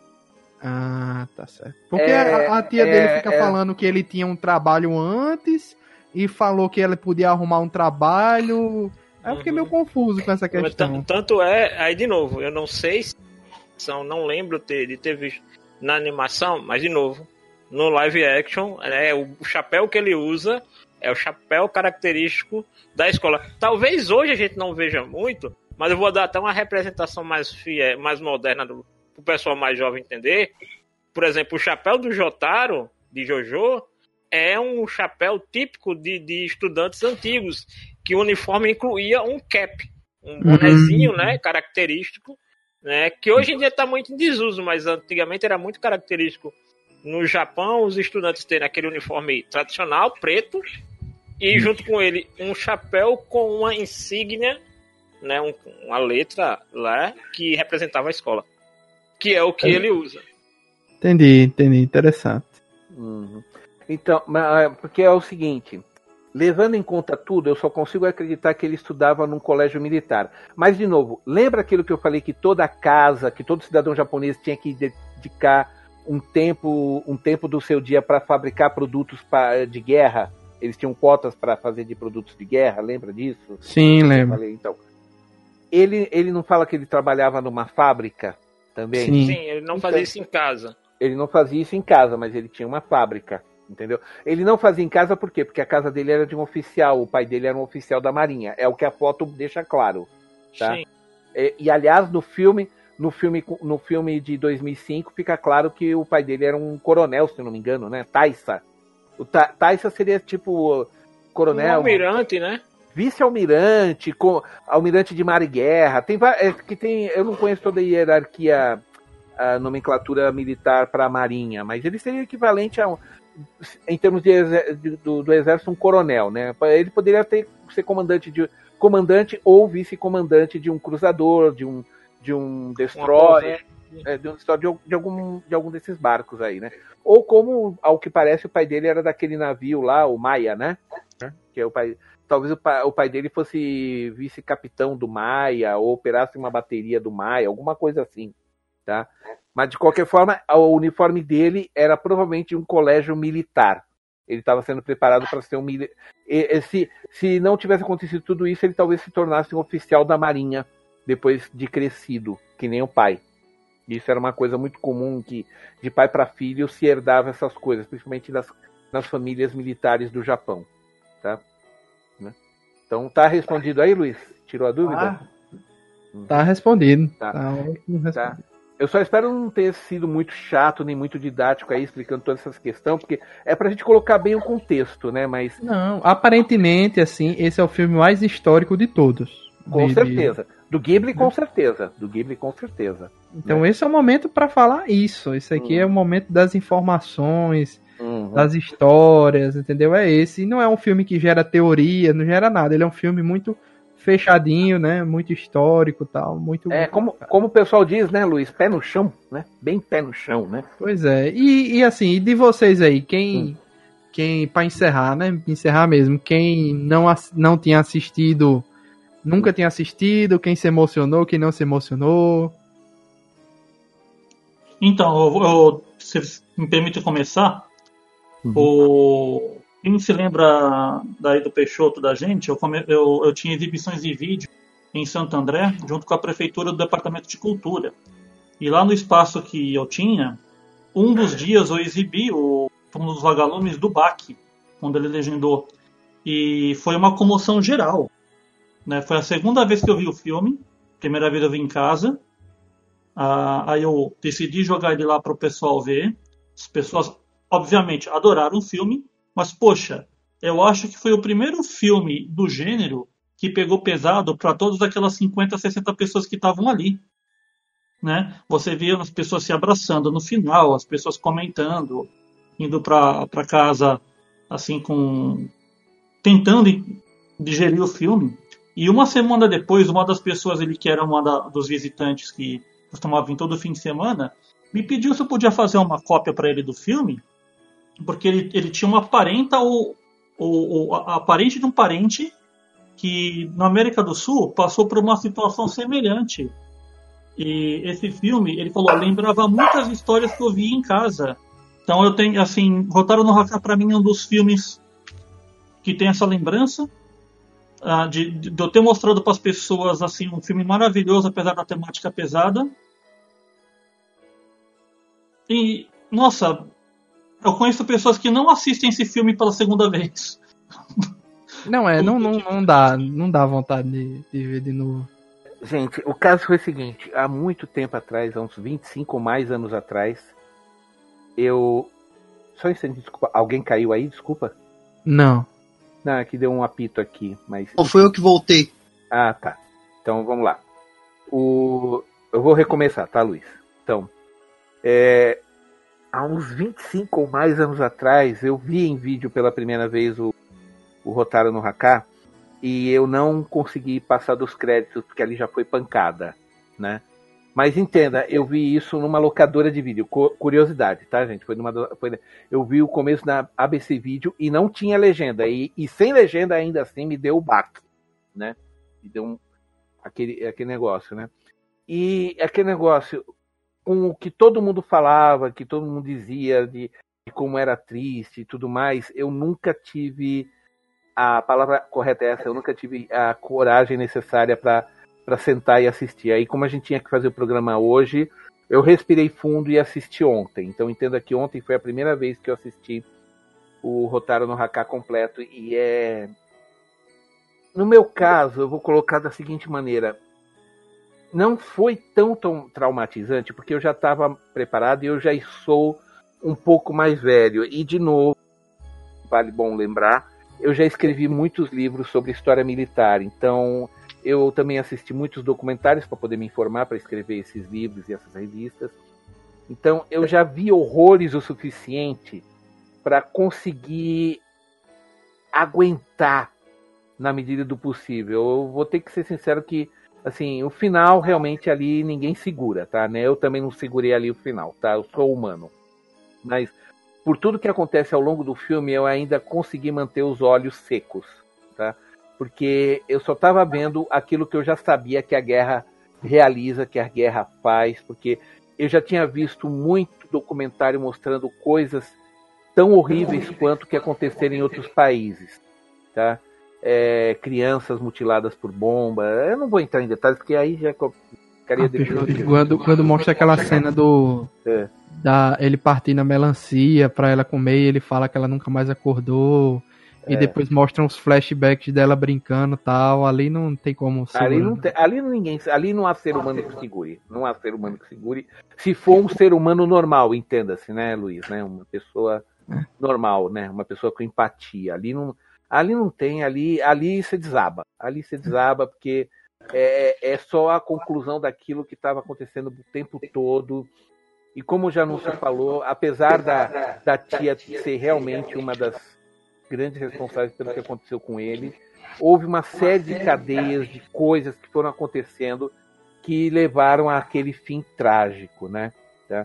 Ah, tá certo. Porque a tia dele fica falando que ele tinha um trabalho antes e falou que ela podia arrumar um trabalho. Aí eu fiquei meio confuso com essa questão. Tanto aí de novo, eu não sei se não lembro de ter visto na animação, mas de novo, no live action, o chapéu que ele usa é o chapéu característico da escola. Talvez hoje a gente não veja muito, mas eu vou dar até uma representação mais fiel, mais moderna pro pessoal mais jovem entender. Por exemplo, o chapéu do Jotaro, de Jojo, é um chapéu típico de estudantes antigos, que o uniforme incluía um cap, um bonezinho, né, característico, né, que hoje em dia está muito em desuso, mas antigamente era muito característico. No Japão, os estudantes terem aquele uniforme tradicional, preto, e junto com ele um chapéu com uma insígnia, né, uma letra lá que representava a escola, que é o que ele usa. Entendi, interessante. Então, porque é o seguinte, levando em conta tudo, eu só consigo acreditar que ele estudava num colégio militar. Mas, de novo, lembra aquilo que eu falei, que toda casa, que todo cidadão japonês tinha que dedicar um tempo do seu dia para fabricar produtos de guerra? Eles tinham cotas para fazer de produtos de guerra, lembra disso? Sim, lembro. Então, ele não fala que ele trabalhava numa fábrica também? Sim, ele não fazia isso em casa. Ele não fazia isso em casa, mas ele tinha uma fábrica, entendeu? Ele não fazia em casa por quê? Porque a casa dele era de um oficial, o pai dele era um oficial da Marinha. É o que a foto deixa claro, tá? Sim. E aliás, no filme de 2005 fica claro que o pai dele era um coronel, se não me engano, né? Taissa. O Taissa seria tipo coronel. Um almirante, né? Vice-almirante, almirante de mar e guerra. Eu não conheço toda a hierarquia, a nomenclatura militar para a Marinha, mas ele seria equivalente em termos do exército, um coronel, né? Ele poderia ser comandante ou vice-comandante de um cruzador, de um destroyer, de algum desses barcos aí, né? Ou como, ao que parece, o pai dele era daquele navio lá, o Maia, né? Que é o pai. Talvez o pai dele fosse vice-capitão do Maia, ou operasse uma bateria do Maia, alguma coisa assim, tá? Mas, de qualquer forma, o uniforme dele era provavelmente um colégio militar. Ele estava sendo preparado para ser um militar. Se não tivesse acontecido tudo isso, ele talvez se tornasse um oficial da Marinha, depois de crescido, que nem o pai. Isso era uma coisa muito comum, que de pai para filho se herdava essas coisas, principalmente nas famílias militares do Japão, tá? Então tá respondido aí, Luiz? Tirou a dúvida? Tá respondido. Tá. Eu só espero não ter sido muito chato, nem muito didático aí, explicando todas essas questões, porque é pra gente colocar bem o contexto, né? Mas não, aparentemente, assim, esse é o filme mais histórico de todos. Com certeza. Do Ghibli, com certeza. Então esse é o momento para falar isso. Esse aqui é o momento das informações, das histórias, entendeu? É esse. E não é um filme que gera teoria, não gera nada. Ele é um filme muito fechadinho, né? Muito histórico e tal. Muito como o pessoal diz, né, Luiz? Pé no chão, né? Bem pé no chão, né? Pois é. E assim, de vocês aí, quem para encerrar, né? Encerrar mesmo. Quem não tinha assistido, nunca tinha assistido, quem se emocionou, quem não se emocionou. Então, se me permite começar, quem se lembra daí do Peixoto da gente, eu tinha exibições de vídeo em Santo André, junto com a prefeitura do Departamento de Cultura. E lá no espaço que eu tinha, um dos dias eu exibi um dos vagalumes do Bach, quando ele legendou. E foi uma comoção geral, né? Foi a segunda vez que eu vi o filme, primeira vez eu vi em casa. Aí eu decidi jogar ele lá para o pessoal ver. As pessoas, obviamente, adoraram o filme, mas, poxa, eu acho que foi o primeiro filme do gênero que pegou pesado para todas aquelas 50, 60 pessoas que estavam ali, né? Você via as pessoas se abraçando no final, as pessoas comentando, indo para casa, assim, tentando digerir o filme. E uma semana depois, uma das pessoas ali, que era dos visitantes que costumava vir todo fim de semana, me pediu se eu podia fazer uma cópia para ele do filme, porque ele tinha uma parenta a parente de um parente que na América do Sul passou por uma situação semelhante. E esse filme, ele falou, lembrava muitas histórias que eu vi em casa. Então eu tenho, assim, Rotaro no Haka para mim é um dos filmes que tem essa lembrança de eu ter mostrado para as pessoas, assim, um filme maravilhoso, apesar da temática pesada. E, nossa, eu conheço pessoas que não assistem esse filme pela segunda vez. Não dá vontade de ver de novo. Gente, o caso foi o seguinte, há muito tempo atrás, há uns 25 ou mais anos atrás, só um instante, desculpa, alguém caiu aí, desculpa? Não. Não, é que deu um apito aqui, mas... Ou foi eu que voltei? Ah, tá. Então, vamos lá. Eu vou recomeçar, tá, Luiz? Então, há uns 25 ou mais anos atrás, eu vi em vídeo pela primeira vez o Rotaro no Haka, e eu não consegui passar dos créditos, porque ali já foi pancada, né? Mas entenda, eu vi isso numa locadora de vídeo. Curiosidade, tá, gente? Eu vi o começo na ABC Vídeo e não tinha legenda. E sem legenda ainda assim me deu o baque, né? Me deu aquele negócio, né? E aquele negócio com o que todo mundo falava, que todo mundo dizia de como era triste e tudo mais, eu nunca tive... A palavra correta é essa, eu nunca tive a coragem necessária para sentar e assistir. Aí, como a gente tinha que fazer o programa hoje, eu respirei fundo e assisti ontem. Então entenda que ontem foi a primeira vez que eu assisti o Hotaru no Haka completo. E no meu caso, eu vou colocar da seguinte maneira. Não foi tão traumatizante, porque eu já estava preparado e eu já sou um pouco mais velho. E, de novo, vale bom lembrar, eu já escrevi muitos livros sobre história militar. Então, eu também assisti muitos documentários para poder me informar, para escrever esses livros e essas revistas. Então, eu já vi horrores o suficiente para conseguir aguentar na medida do possível. Eu vou ter que ser sincero que, assim, o final realmente ali ninguém segura, tá? Né? Eu também não segurei ali o final, tá? Eu sou humano. Mas por tudo que acontece ao longo do filme, eu ainda consegui manter os olhos secos, tá? Porque eu só estava vendo aquilo que eu já sabia que a guerra realiza, que a guerra faz, porque eu já tinha visto muito documentário mostrando coisas tão horríveis quanto que aconteceram em outros países, tá? Crianças mutiladas por bomba. Eu não vou entrar em detalhes, porque aí já ficaria quando mostra aquela cena ele partindo a melancia pra ela comer e ele fala que ela nunca mais acordou. E depois mostram os flashbacks dela brincando e tal. Ali não tem como segurar. Ali não há ser humano que segure. Não há ser humano que segure. Se for um ser humano normal, entenda-se, né, Luiz? Né? Uma pessoa normal, né? Uma pessoa com empatia. Ali não tem, ali você desaba. Ali você desaba porque é só a conclusão daquilo que estava acontecendo o tempo todo. E como já não se falou, apesar da tia ser realmente uma das grandes responsáveis pelo que aconteceu com ele, houve uma série de cadeias de coisas que foram acontecendo que levaram àquele fim trágico, né? Tá?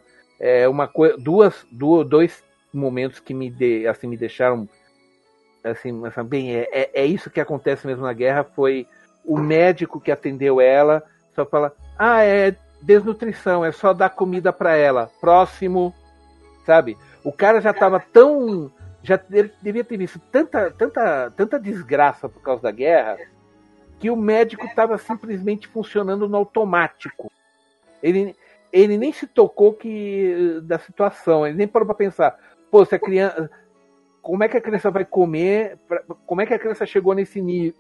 Dois momentos que me deixaram assim, bem, é isso que acontece mesmo na guerra. Foi o médico que atendeu ela, só fala, é desnutrição, é só dar comida para ela. Próximo, sabe? O cara já estava já devia ter visto tanta desgraça por causa da guerra, que o médico estava simplesmente funcionando no automático. Ele nem se tocou da situação, ele nem parou para pensar, se a criança... Como é que a criança vai comer? Como é que a criança chegou nesse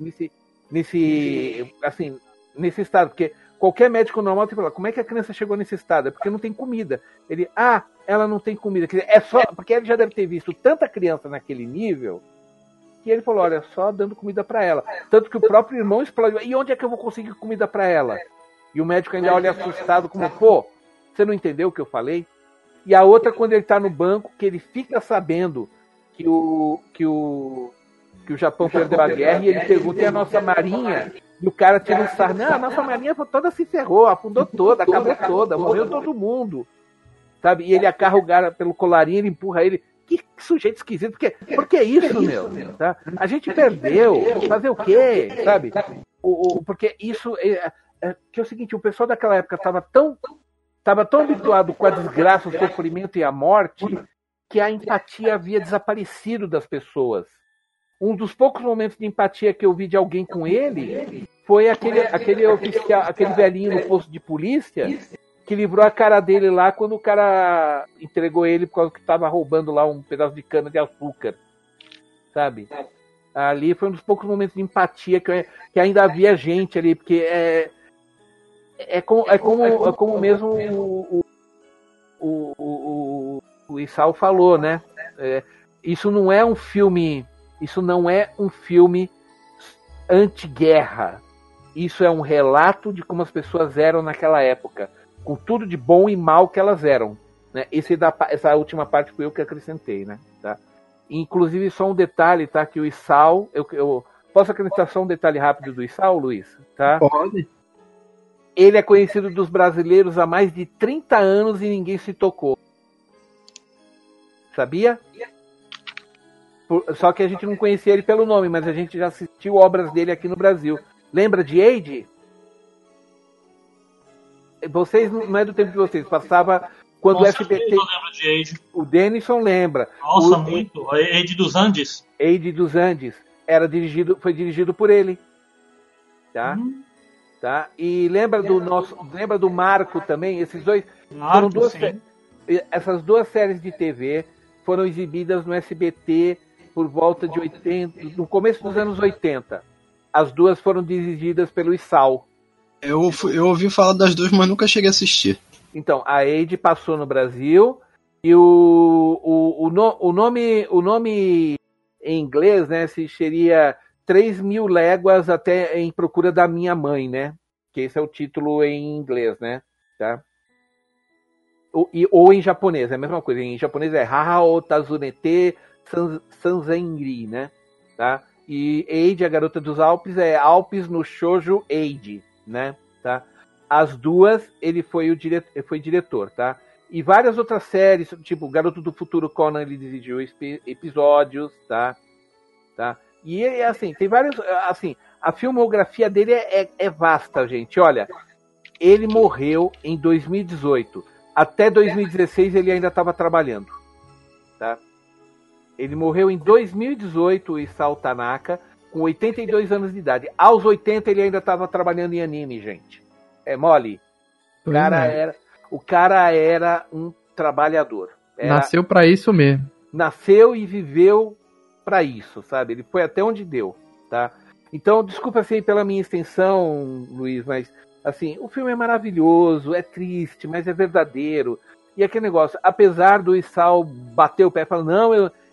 estado? Porque qualquer médico normal tem que falar, como é que a criança chegou nesse estado? É porque não tem comida. Ele, ela não tem comida. É só porque ele já deve ter visto tanta criança naquele nível que ele falou, olha, só dando comida para ela. Tanto que o próprio irmão explodiu. E onde é que eu vou conseguir comida para ela? E o médico ainda olha assustado, como, você não entendeu o que eu falei? E a outra, quando ele está no banco, que ele fica sabendo que o Japão perdeu a guerra, e ele pergunta, e a nossa marinha? E o cara tira um sarro, a nossa marinha toda se ferrou, afundou toda, acabou toda, morreu todo mundo, sabe? E ele agarra o cara pelo colarinho, ele empurra ele. Que sujeito esquisito, por que isso, meu? Tá? A gente perdeu, fazer o quê, sabe? Porque isso que é o seguinte, o pessoal daquela época estava tão habituado com a desgraça, o sofrimento e a morte, que a empatia havia desaparecido das pessoas. Um dos poucos momentos de empatia que eu vi de alguém com ele foi aquele oficial, aquele velhinho no posto de polícia, que livrou a cara dele lá quando o cara entregou ele por causa que estava roubando lá um pedaço de cana de açúcar, sabe? Ali foi um dos poucos momentos de empatia que ainda havia gente ali, porque como mesmo o Isao falou, né? Isso não é um filme anti-guerra. Isso é um relato de como as pessoas eram naquela época, com tudo de bom e mal que elas eram, né? Essa última parte foi eu que acrescentei, né? Tá? Inclusive, só um detalhe, tá? Que o Isao, eu posso acrescentar só um detalhe rápido do Isao, Luiz? Tá? Pode. Ele é conhecido dos brasileiros há mais de 30 anos e ninguém se tocou. Sabia? Só que a gente não conhecia ele pelo nome, mas a gente já assistiu obras dele aqui no Brasil. Lembra de Eide? Vocês, não é do tempo de vocês, passava quando o SBT... Eu lembro de Eide. O Denison lembra. Nossa, muito. A Eide dos Andes. Eide dos Andes. Foi dirigido por ele. Tá? tá? E lembra do Marco também? Esses dois Marco, essas duas séries de TV foram exibidas no SBT por volta de 80, no começo dos anos 80. As duas foram dirigidas pelo Issal. Eu ouvi falar das duas, mas nunca cheguei a assistir. Então, a Eide passou no Brasil e o nome em inglês, né, seria 3.000 léguas até em procura da minha mãe, né? Que esse é o título em inglês, né? Tá? Ou em japonês, é a mesma coisa. Em japonês é Hahao Tazunete Sanzenri, né? Tá? E Eide, a Garota dos Alpes, é Alpes no Shoujo Eide, né? Tá? As duas, ele foi diretor, tá? E várias outras séries, tipo Garoto do Futuro Conan, ele dirigiu episódios, tá? E assim, tem vários, assim, a filmografia dele é vasta, gente. Olha, ele morreu em 2018. Até 2016 ele ainda estava trabalhando, tá? Ele morreu em 2018, o Isao Tanaka, com 82 anos de idade. Aos 80 ele ainda estava trabalhando em anime, gente. É mole. O cara era um trabalhor. Nasceu para isso mesmo. Nasceu e viveu para isso, sabe? Ele foi até onde deu, tá? Então, desculpa assim pela minha extensão, Luiz, mas assim, o filme é maravilhoso, é triste, mas é verdadeiro. E aquele negócio, apesar do Isao bater o pé e falar, não,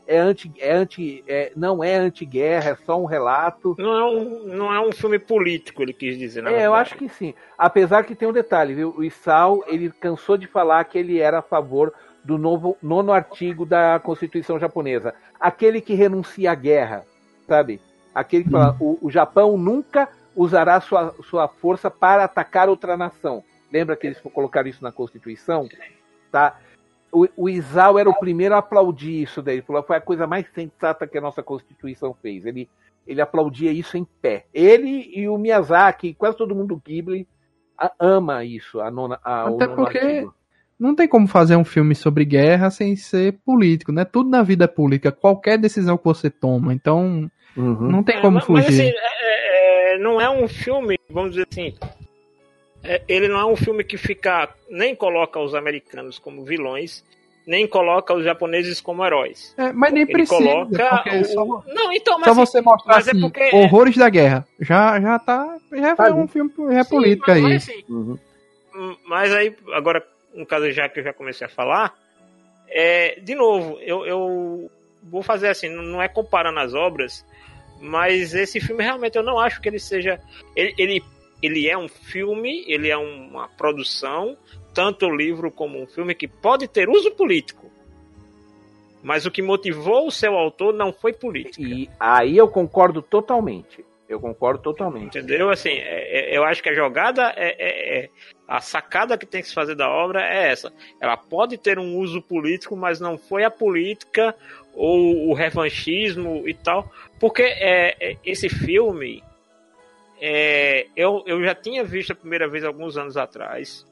não é anti-guerra, é só um relato. Não é um filme político, ele quis dizer. Eu acho que sim. Apesar que tem um detalhe, viu? O Isao, ele cansou de falar que ele era a favor do nono artigo da Constituição japonesa. Aquele que renuncia à guerra, sabe? Aquele que fala, o Japão nunca usará sua força para atacar outra nação. Lembra que eles colocaram isso na Constituição? Tá? O Isao era o primeiro a aplaudir isso daí. Ele falou, foi a coisa mais sensata que a nossa Constituição fez. Ele aplaudia isso em pé. Ele e o Miyazaki, quase todo mundo do Ghibli, ama isso, o nono artigo. Não tem como fazer um filme sobre guerra sem ser político, né? Tudo na vida é política, qualquer decisão que você toma. Então, não tem como fugir. Mas assim, não é um filme, vamos dizer assim, ele não é um filme que nem coloca os americanos como vilões, nem coloca os japoneses como heróis. Mas nem ele precisa. Coloca só você mostrar assim, horrores da guerra. Já é um filme político aí. Mas, assim, mas aí, agora, no caso já que eu já comecei a falar, de novo, eu vou fazer assim, não é comparando as obras, mas esse filme realmente eu não acho que ele seja... Ele é um filme, ele é uma produção, tanto o livro como um filme, que pode ter uso político. Mas o que motivou o seu autor não foi política. E aí eu concordo totalmente. Entendeu? Assim, eu acho que a jogada a sacada que tem que se fazer da obra é essa. Ela pode ter um uso político, mas não foi a política ou o revanchismo e tal. Porque esse filme, eu já tinha visto a primeira vez alguns anos atrás.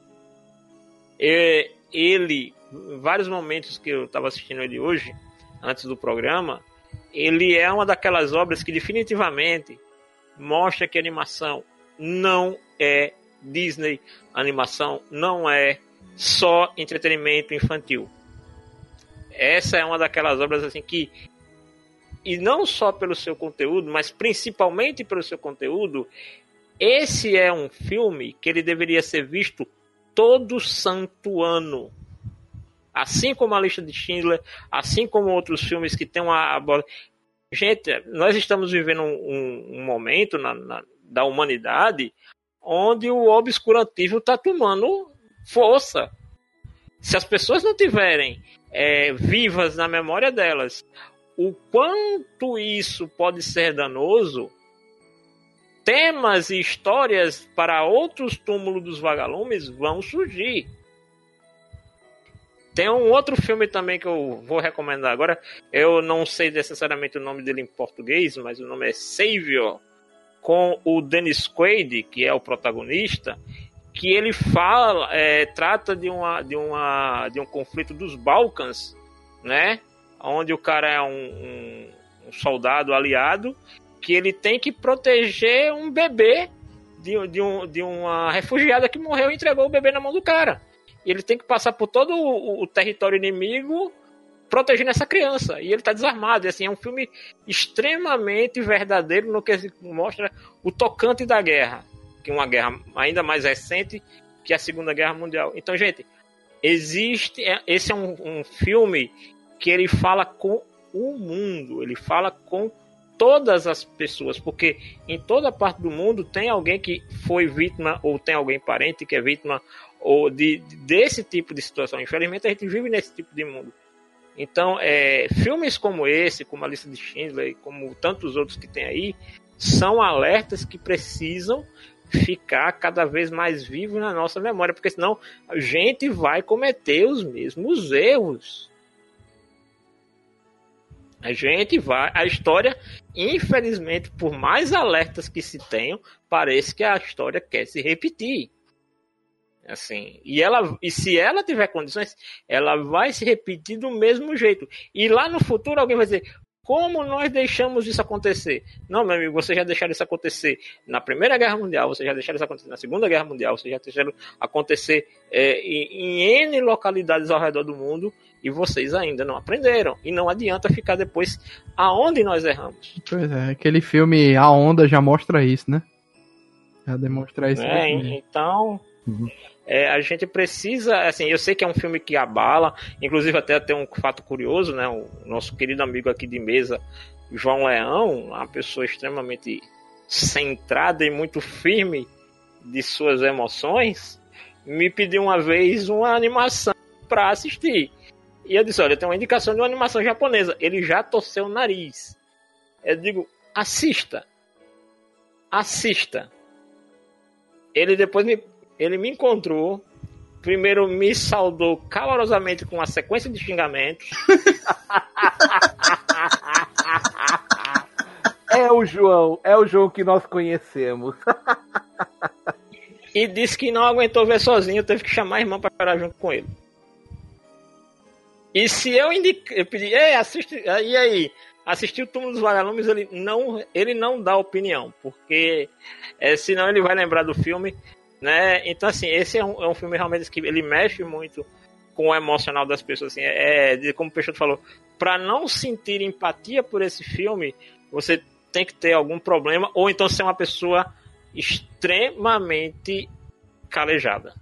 Ele, em vários momentos que eu estava assistindo ele hoje, antes do programa, ele é uma daquelas obras que definitivamente mostra que a animação não é Disney, a animação não é só entretenimento infantil. Essa é uma daquelas obras assim que, e não só pelo seu conteúdo, mas principalmente pelo seu conteúdo, esse é um filme que ele deveria ser visto todo santo ano. Assim como a Lista de Schindler, assim como outros filmes que tem uma... Gente, nós estamos vivendo um momento da humanidade onde o obscurantismo está tomando força. Se as pessoas não tiverem vivas na memória delas o quanto isso pode ser danoso, temas e histórias para outros túmulos dos vagalumes vão surgir. Tem um outro filme também que eu vou recomendar agora. Eu não sei necessariamente o nome dele em português, mas o nome é Savior, com o Dennis Quaid, que é o protagonista, que ele trata de um conflito dos Balcãs, né? Onde o cara é um soldado aliado que ele tem que proteger um bebê de uma refugiada que morreu e entregou o bebê na mão do cara. E ele tem que passar por todo o território inimigo protegendo essa criança. E ele tá desarmado. E, assim, é um filme extremamente verdadeiro no que mostra o tocante da guerra. Que é uma guerra ainda mais recente que a Segunda Guerra Mundial. Então, gente, esse é um filme que ele fala com o mundo. Ele fala com todas as pessoas, porque em toda parte do mundo tem alguém que foi vítima, ou tem alguém parente que é vítima, ou desse tipo de situação. Infelizmente a gente vive nesse tipo de mundo. Então, filmes como esse, como A Lista de Schindler, como tantos outros que tem aí, são alertas que precisam ficar cada vez mais vivos na nossa memória, porque senão a gente vai cometer os mesmos erros. A história, infelizmente, por mais alertas que se tenham, parece que a história quer se repetir. Assim, e se ela tiver condições, ela vai se repetir do mesmo jeito. E lá no futuro alguém vai dizer: como nós deixamos isso acontecer? Não, meu amigo, vocês já deixaram isso acontecer na Primeira Guerra Mundial, vocês já deixaram isso acontecer na Segunda Guerra Mundial, vocês já deixaram acontecer em N localidades ao redor do mundo, e vocês ainda não aprenderam. E não adianta ficar depois aonde nós erramos. Pois é, aquele filme A Onda já mostra isso, né? Já demonstra isso. Então, a gente precisa, assim, eu sei que é um filme que abala, inclusive até tem um fato curioso, né? O nosso querido amigo aqui de mesa, João Leão, uma pessoa extremamente centrada e muito firme de suas emoções, me pediu uma vez uma animação para assistir. E eu disse: olha, tem uma indicação de uma animação japonesa. Ele já torceu o nariz. Eu digo: assista. Ele depois ele me encontrou. Primeiro me saudou calorosamente com uma sequência de xingamentos. É o João que nós conhecemos. E disse que não aguentou ver sozinho, teve que chamar a irmã para chorar junto com ele. E se eu pedi: assiste, e aí? Assistiu o Túmulo dos Vagalumes, ele não dá opinião, porque senão ele vai lembrar do filme, né? Então, assim, esse é um filme realmente que ele mexe muito com o emocional das pessoas, assim, como o Peixoto falou, para não sentir empatia por esse filme, você tem que ter algum problema, ou então ser uma pessoa extremamente calejada.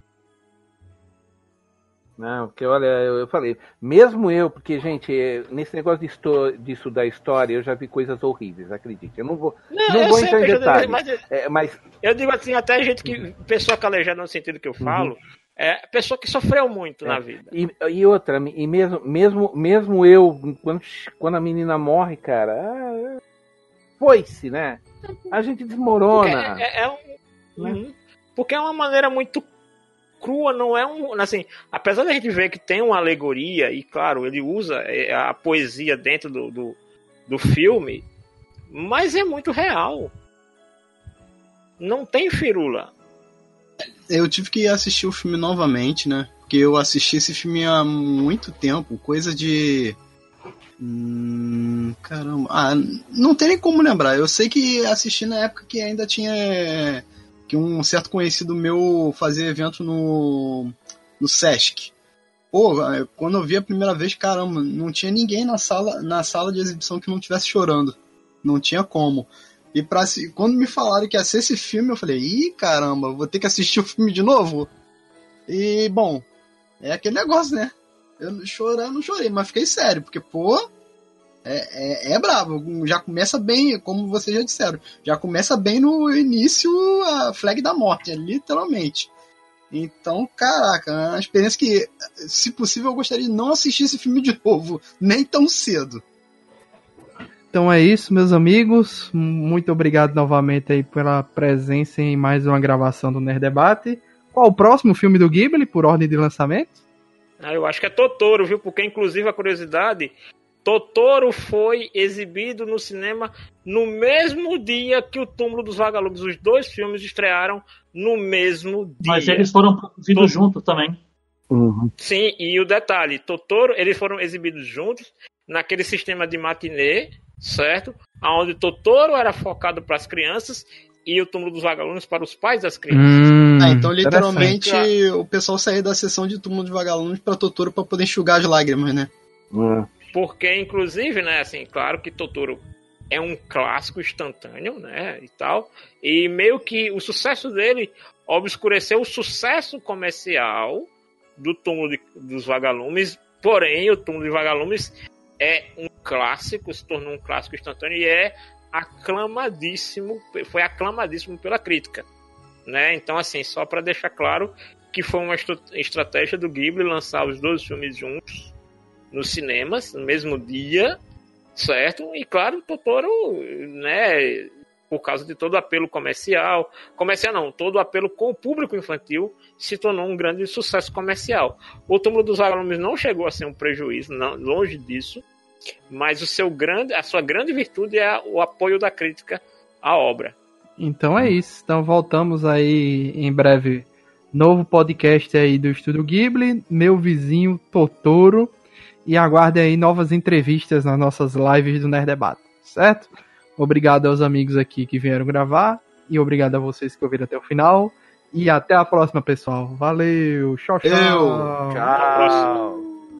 Não, porque olha, eu falei, mesmo eu, porque, gente, nesse negócio de estudar história, eu já vi coisas horríveis, acredite. Eu não vou entrar em detalhes. Mas eu digo assim, até gente que, pessoa calejada no sentido que eu falo, pessoa que sofreu muito na vida. E outra, e mesmo eu, quando a menina morre, cara, foi-se, né? A gente desmorona. Porque é uma maneira muito crua, não é assim, apesar da gente ver que tem uma alegoria, e claro, ele usa a poesia dentro do filme, mas é muito real. Não tem firula. Eu tive que assistir o filme novamente, né? Porque eu assisti esse filme há muito tempo, coisa de... caramba. Não tem nem como lembrar. Eu sei que assisti na época que ainda tinha... que um certo conhecido meu fazia evento no Sesc. Pô, quando eu vi a primeira vez, caramba, não tinha ninguém na sala de exibição que não estivesse chorando. Não tinha como. E quando me falaram que ia ser esse filme, eu falei: ih, caramba, vou ter que assistir o filme de novo? E, bom, é aquele negócio, né? Eu não chorei, mas fiquei sério, porque, pô, é brabo. Já começa bem, como vocês já disseram, já começa bem no início a flag da morte, literalmente. Então, caraca, é uma experiência que, se possível, eu gostaria de não assistir esse filme de novo, nem tão cedo. Então é isso, meus amigos. Muito obrigado novamente aí pela presença em mais uma gravação do Nerd Debate. Qual o próximo filme do Ghibli, por ordem de lançamento? Eu acho que é Totoro, viu? Porque, inclusive, a curiosidade... Totoro foi exibido no cinema no mesmo dia que o Túmulo dos Vagalumes. Os dois filmes estrearam no mesmo dia. Mas eles foram produzidos juntos também. Sim, e o detalhe, Totoro, eles foram exibidos juntos naquele sistema de matinê, certo? Onde Totoro era focado para as crianças e o Túmulo dos Vagalumes para os pais das crianças. Então literalmente o pessoal saiu da sessão de Túmulo dos Vagalumes pra Totoro pra poder enxugar as lágrimas, né? Porque, inclusive, né, assim, claro que Totoro é um clássico instantâneo, né, e tal, e meio que o sucesso dele obscureceu o sucesso comercial do Túmulo dos Vagalumes, porém o Túmulo dos Vagalumes é um clássico, se tornou um clássico instantâneo e foi aclamadíssimo pela crítica, né, então assim, só para deixar claro que foi uma estratégia do Ghibli lançar os dois filmes juntos nos cinemas, no mesmo dia, certo? E claro, Totoro, né, por causa de todo o apelo comercial não, todo o apelo com o público infantil, se tornou um grande sucesso comercial. O Túmulo dos Vagalumes não chegou a ser um prejuízo, não, longe disso, mas a sua grande virtude é o apoio da crítica à obra. Então é isso, então voltamos aí em breve, novo podcast aí do Estúdio Ghibli, meu vizinho Totoro, e aguardem aí novas entrevistas nas nossas lives do Nerd Debate, certo? Obrigado aos amigos aqui que vieram gravar, e obrigado a vocês que ouviram até o final, e até a próxima, pessoal. Valeu, tchau, tchau. Tchau.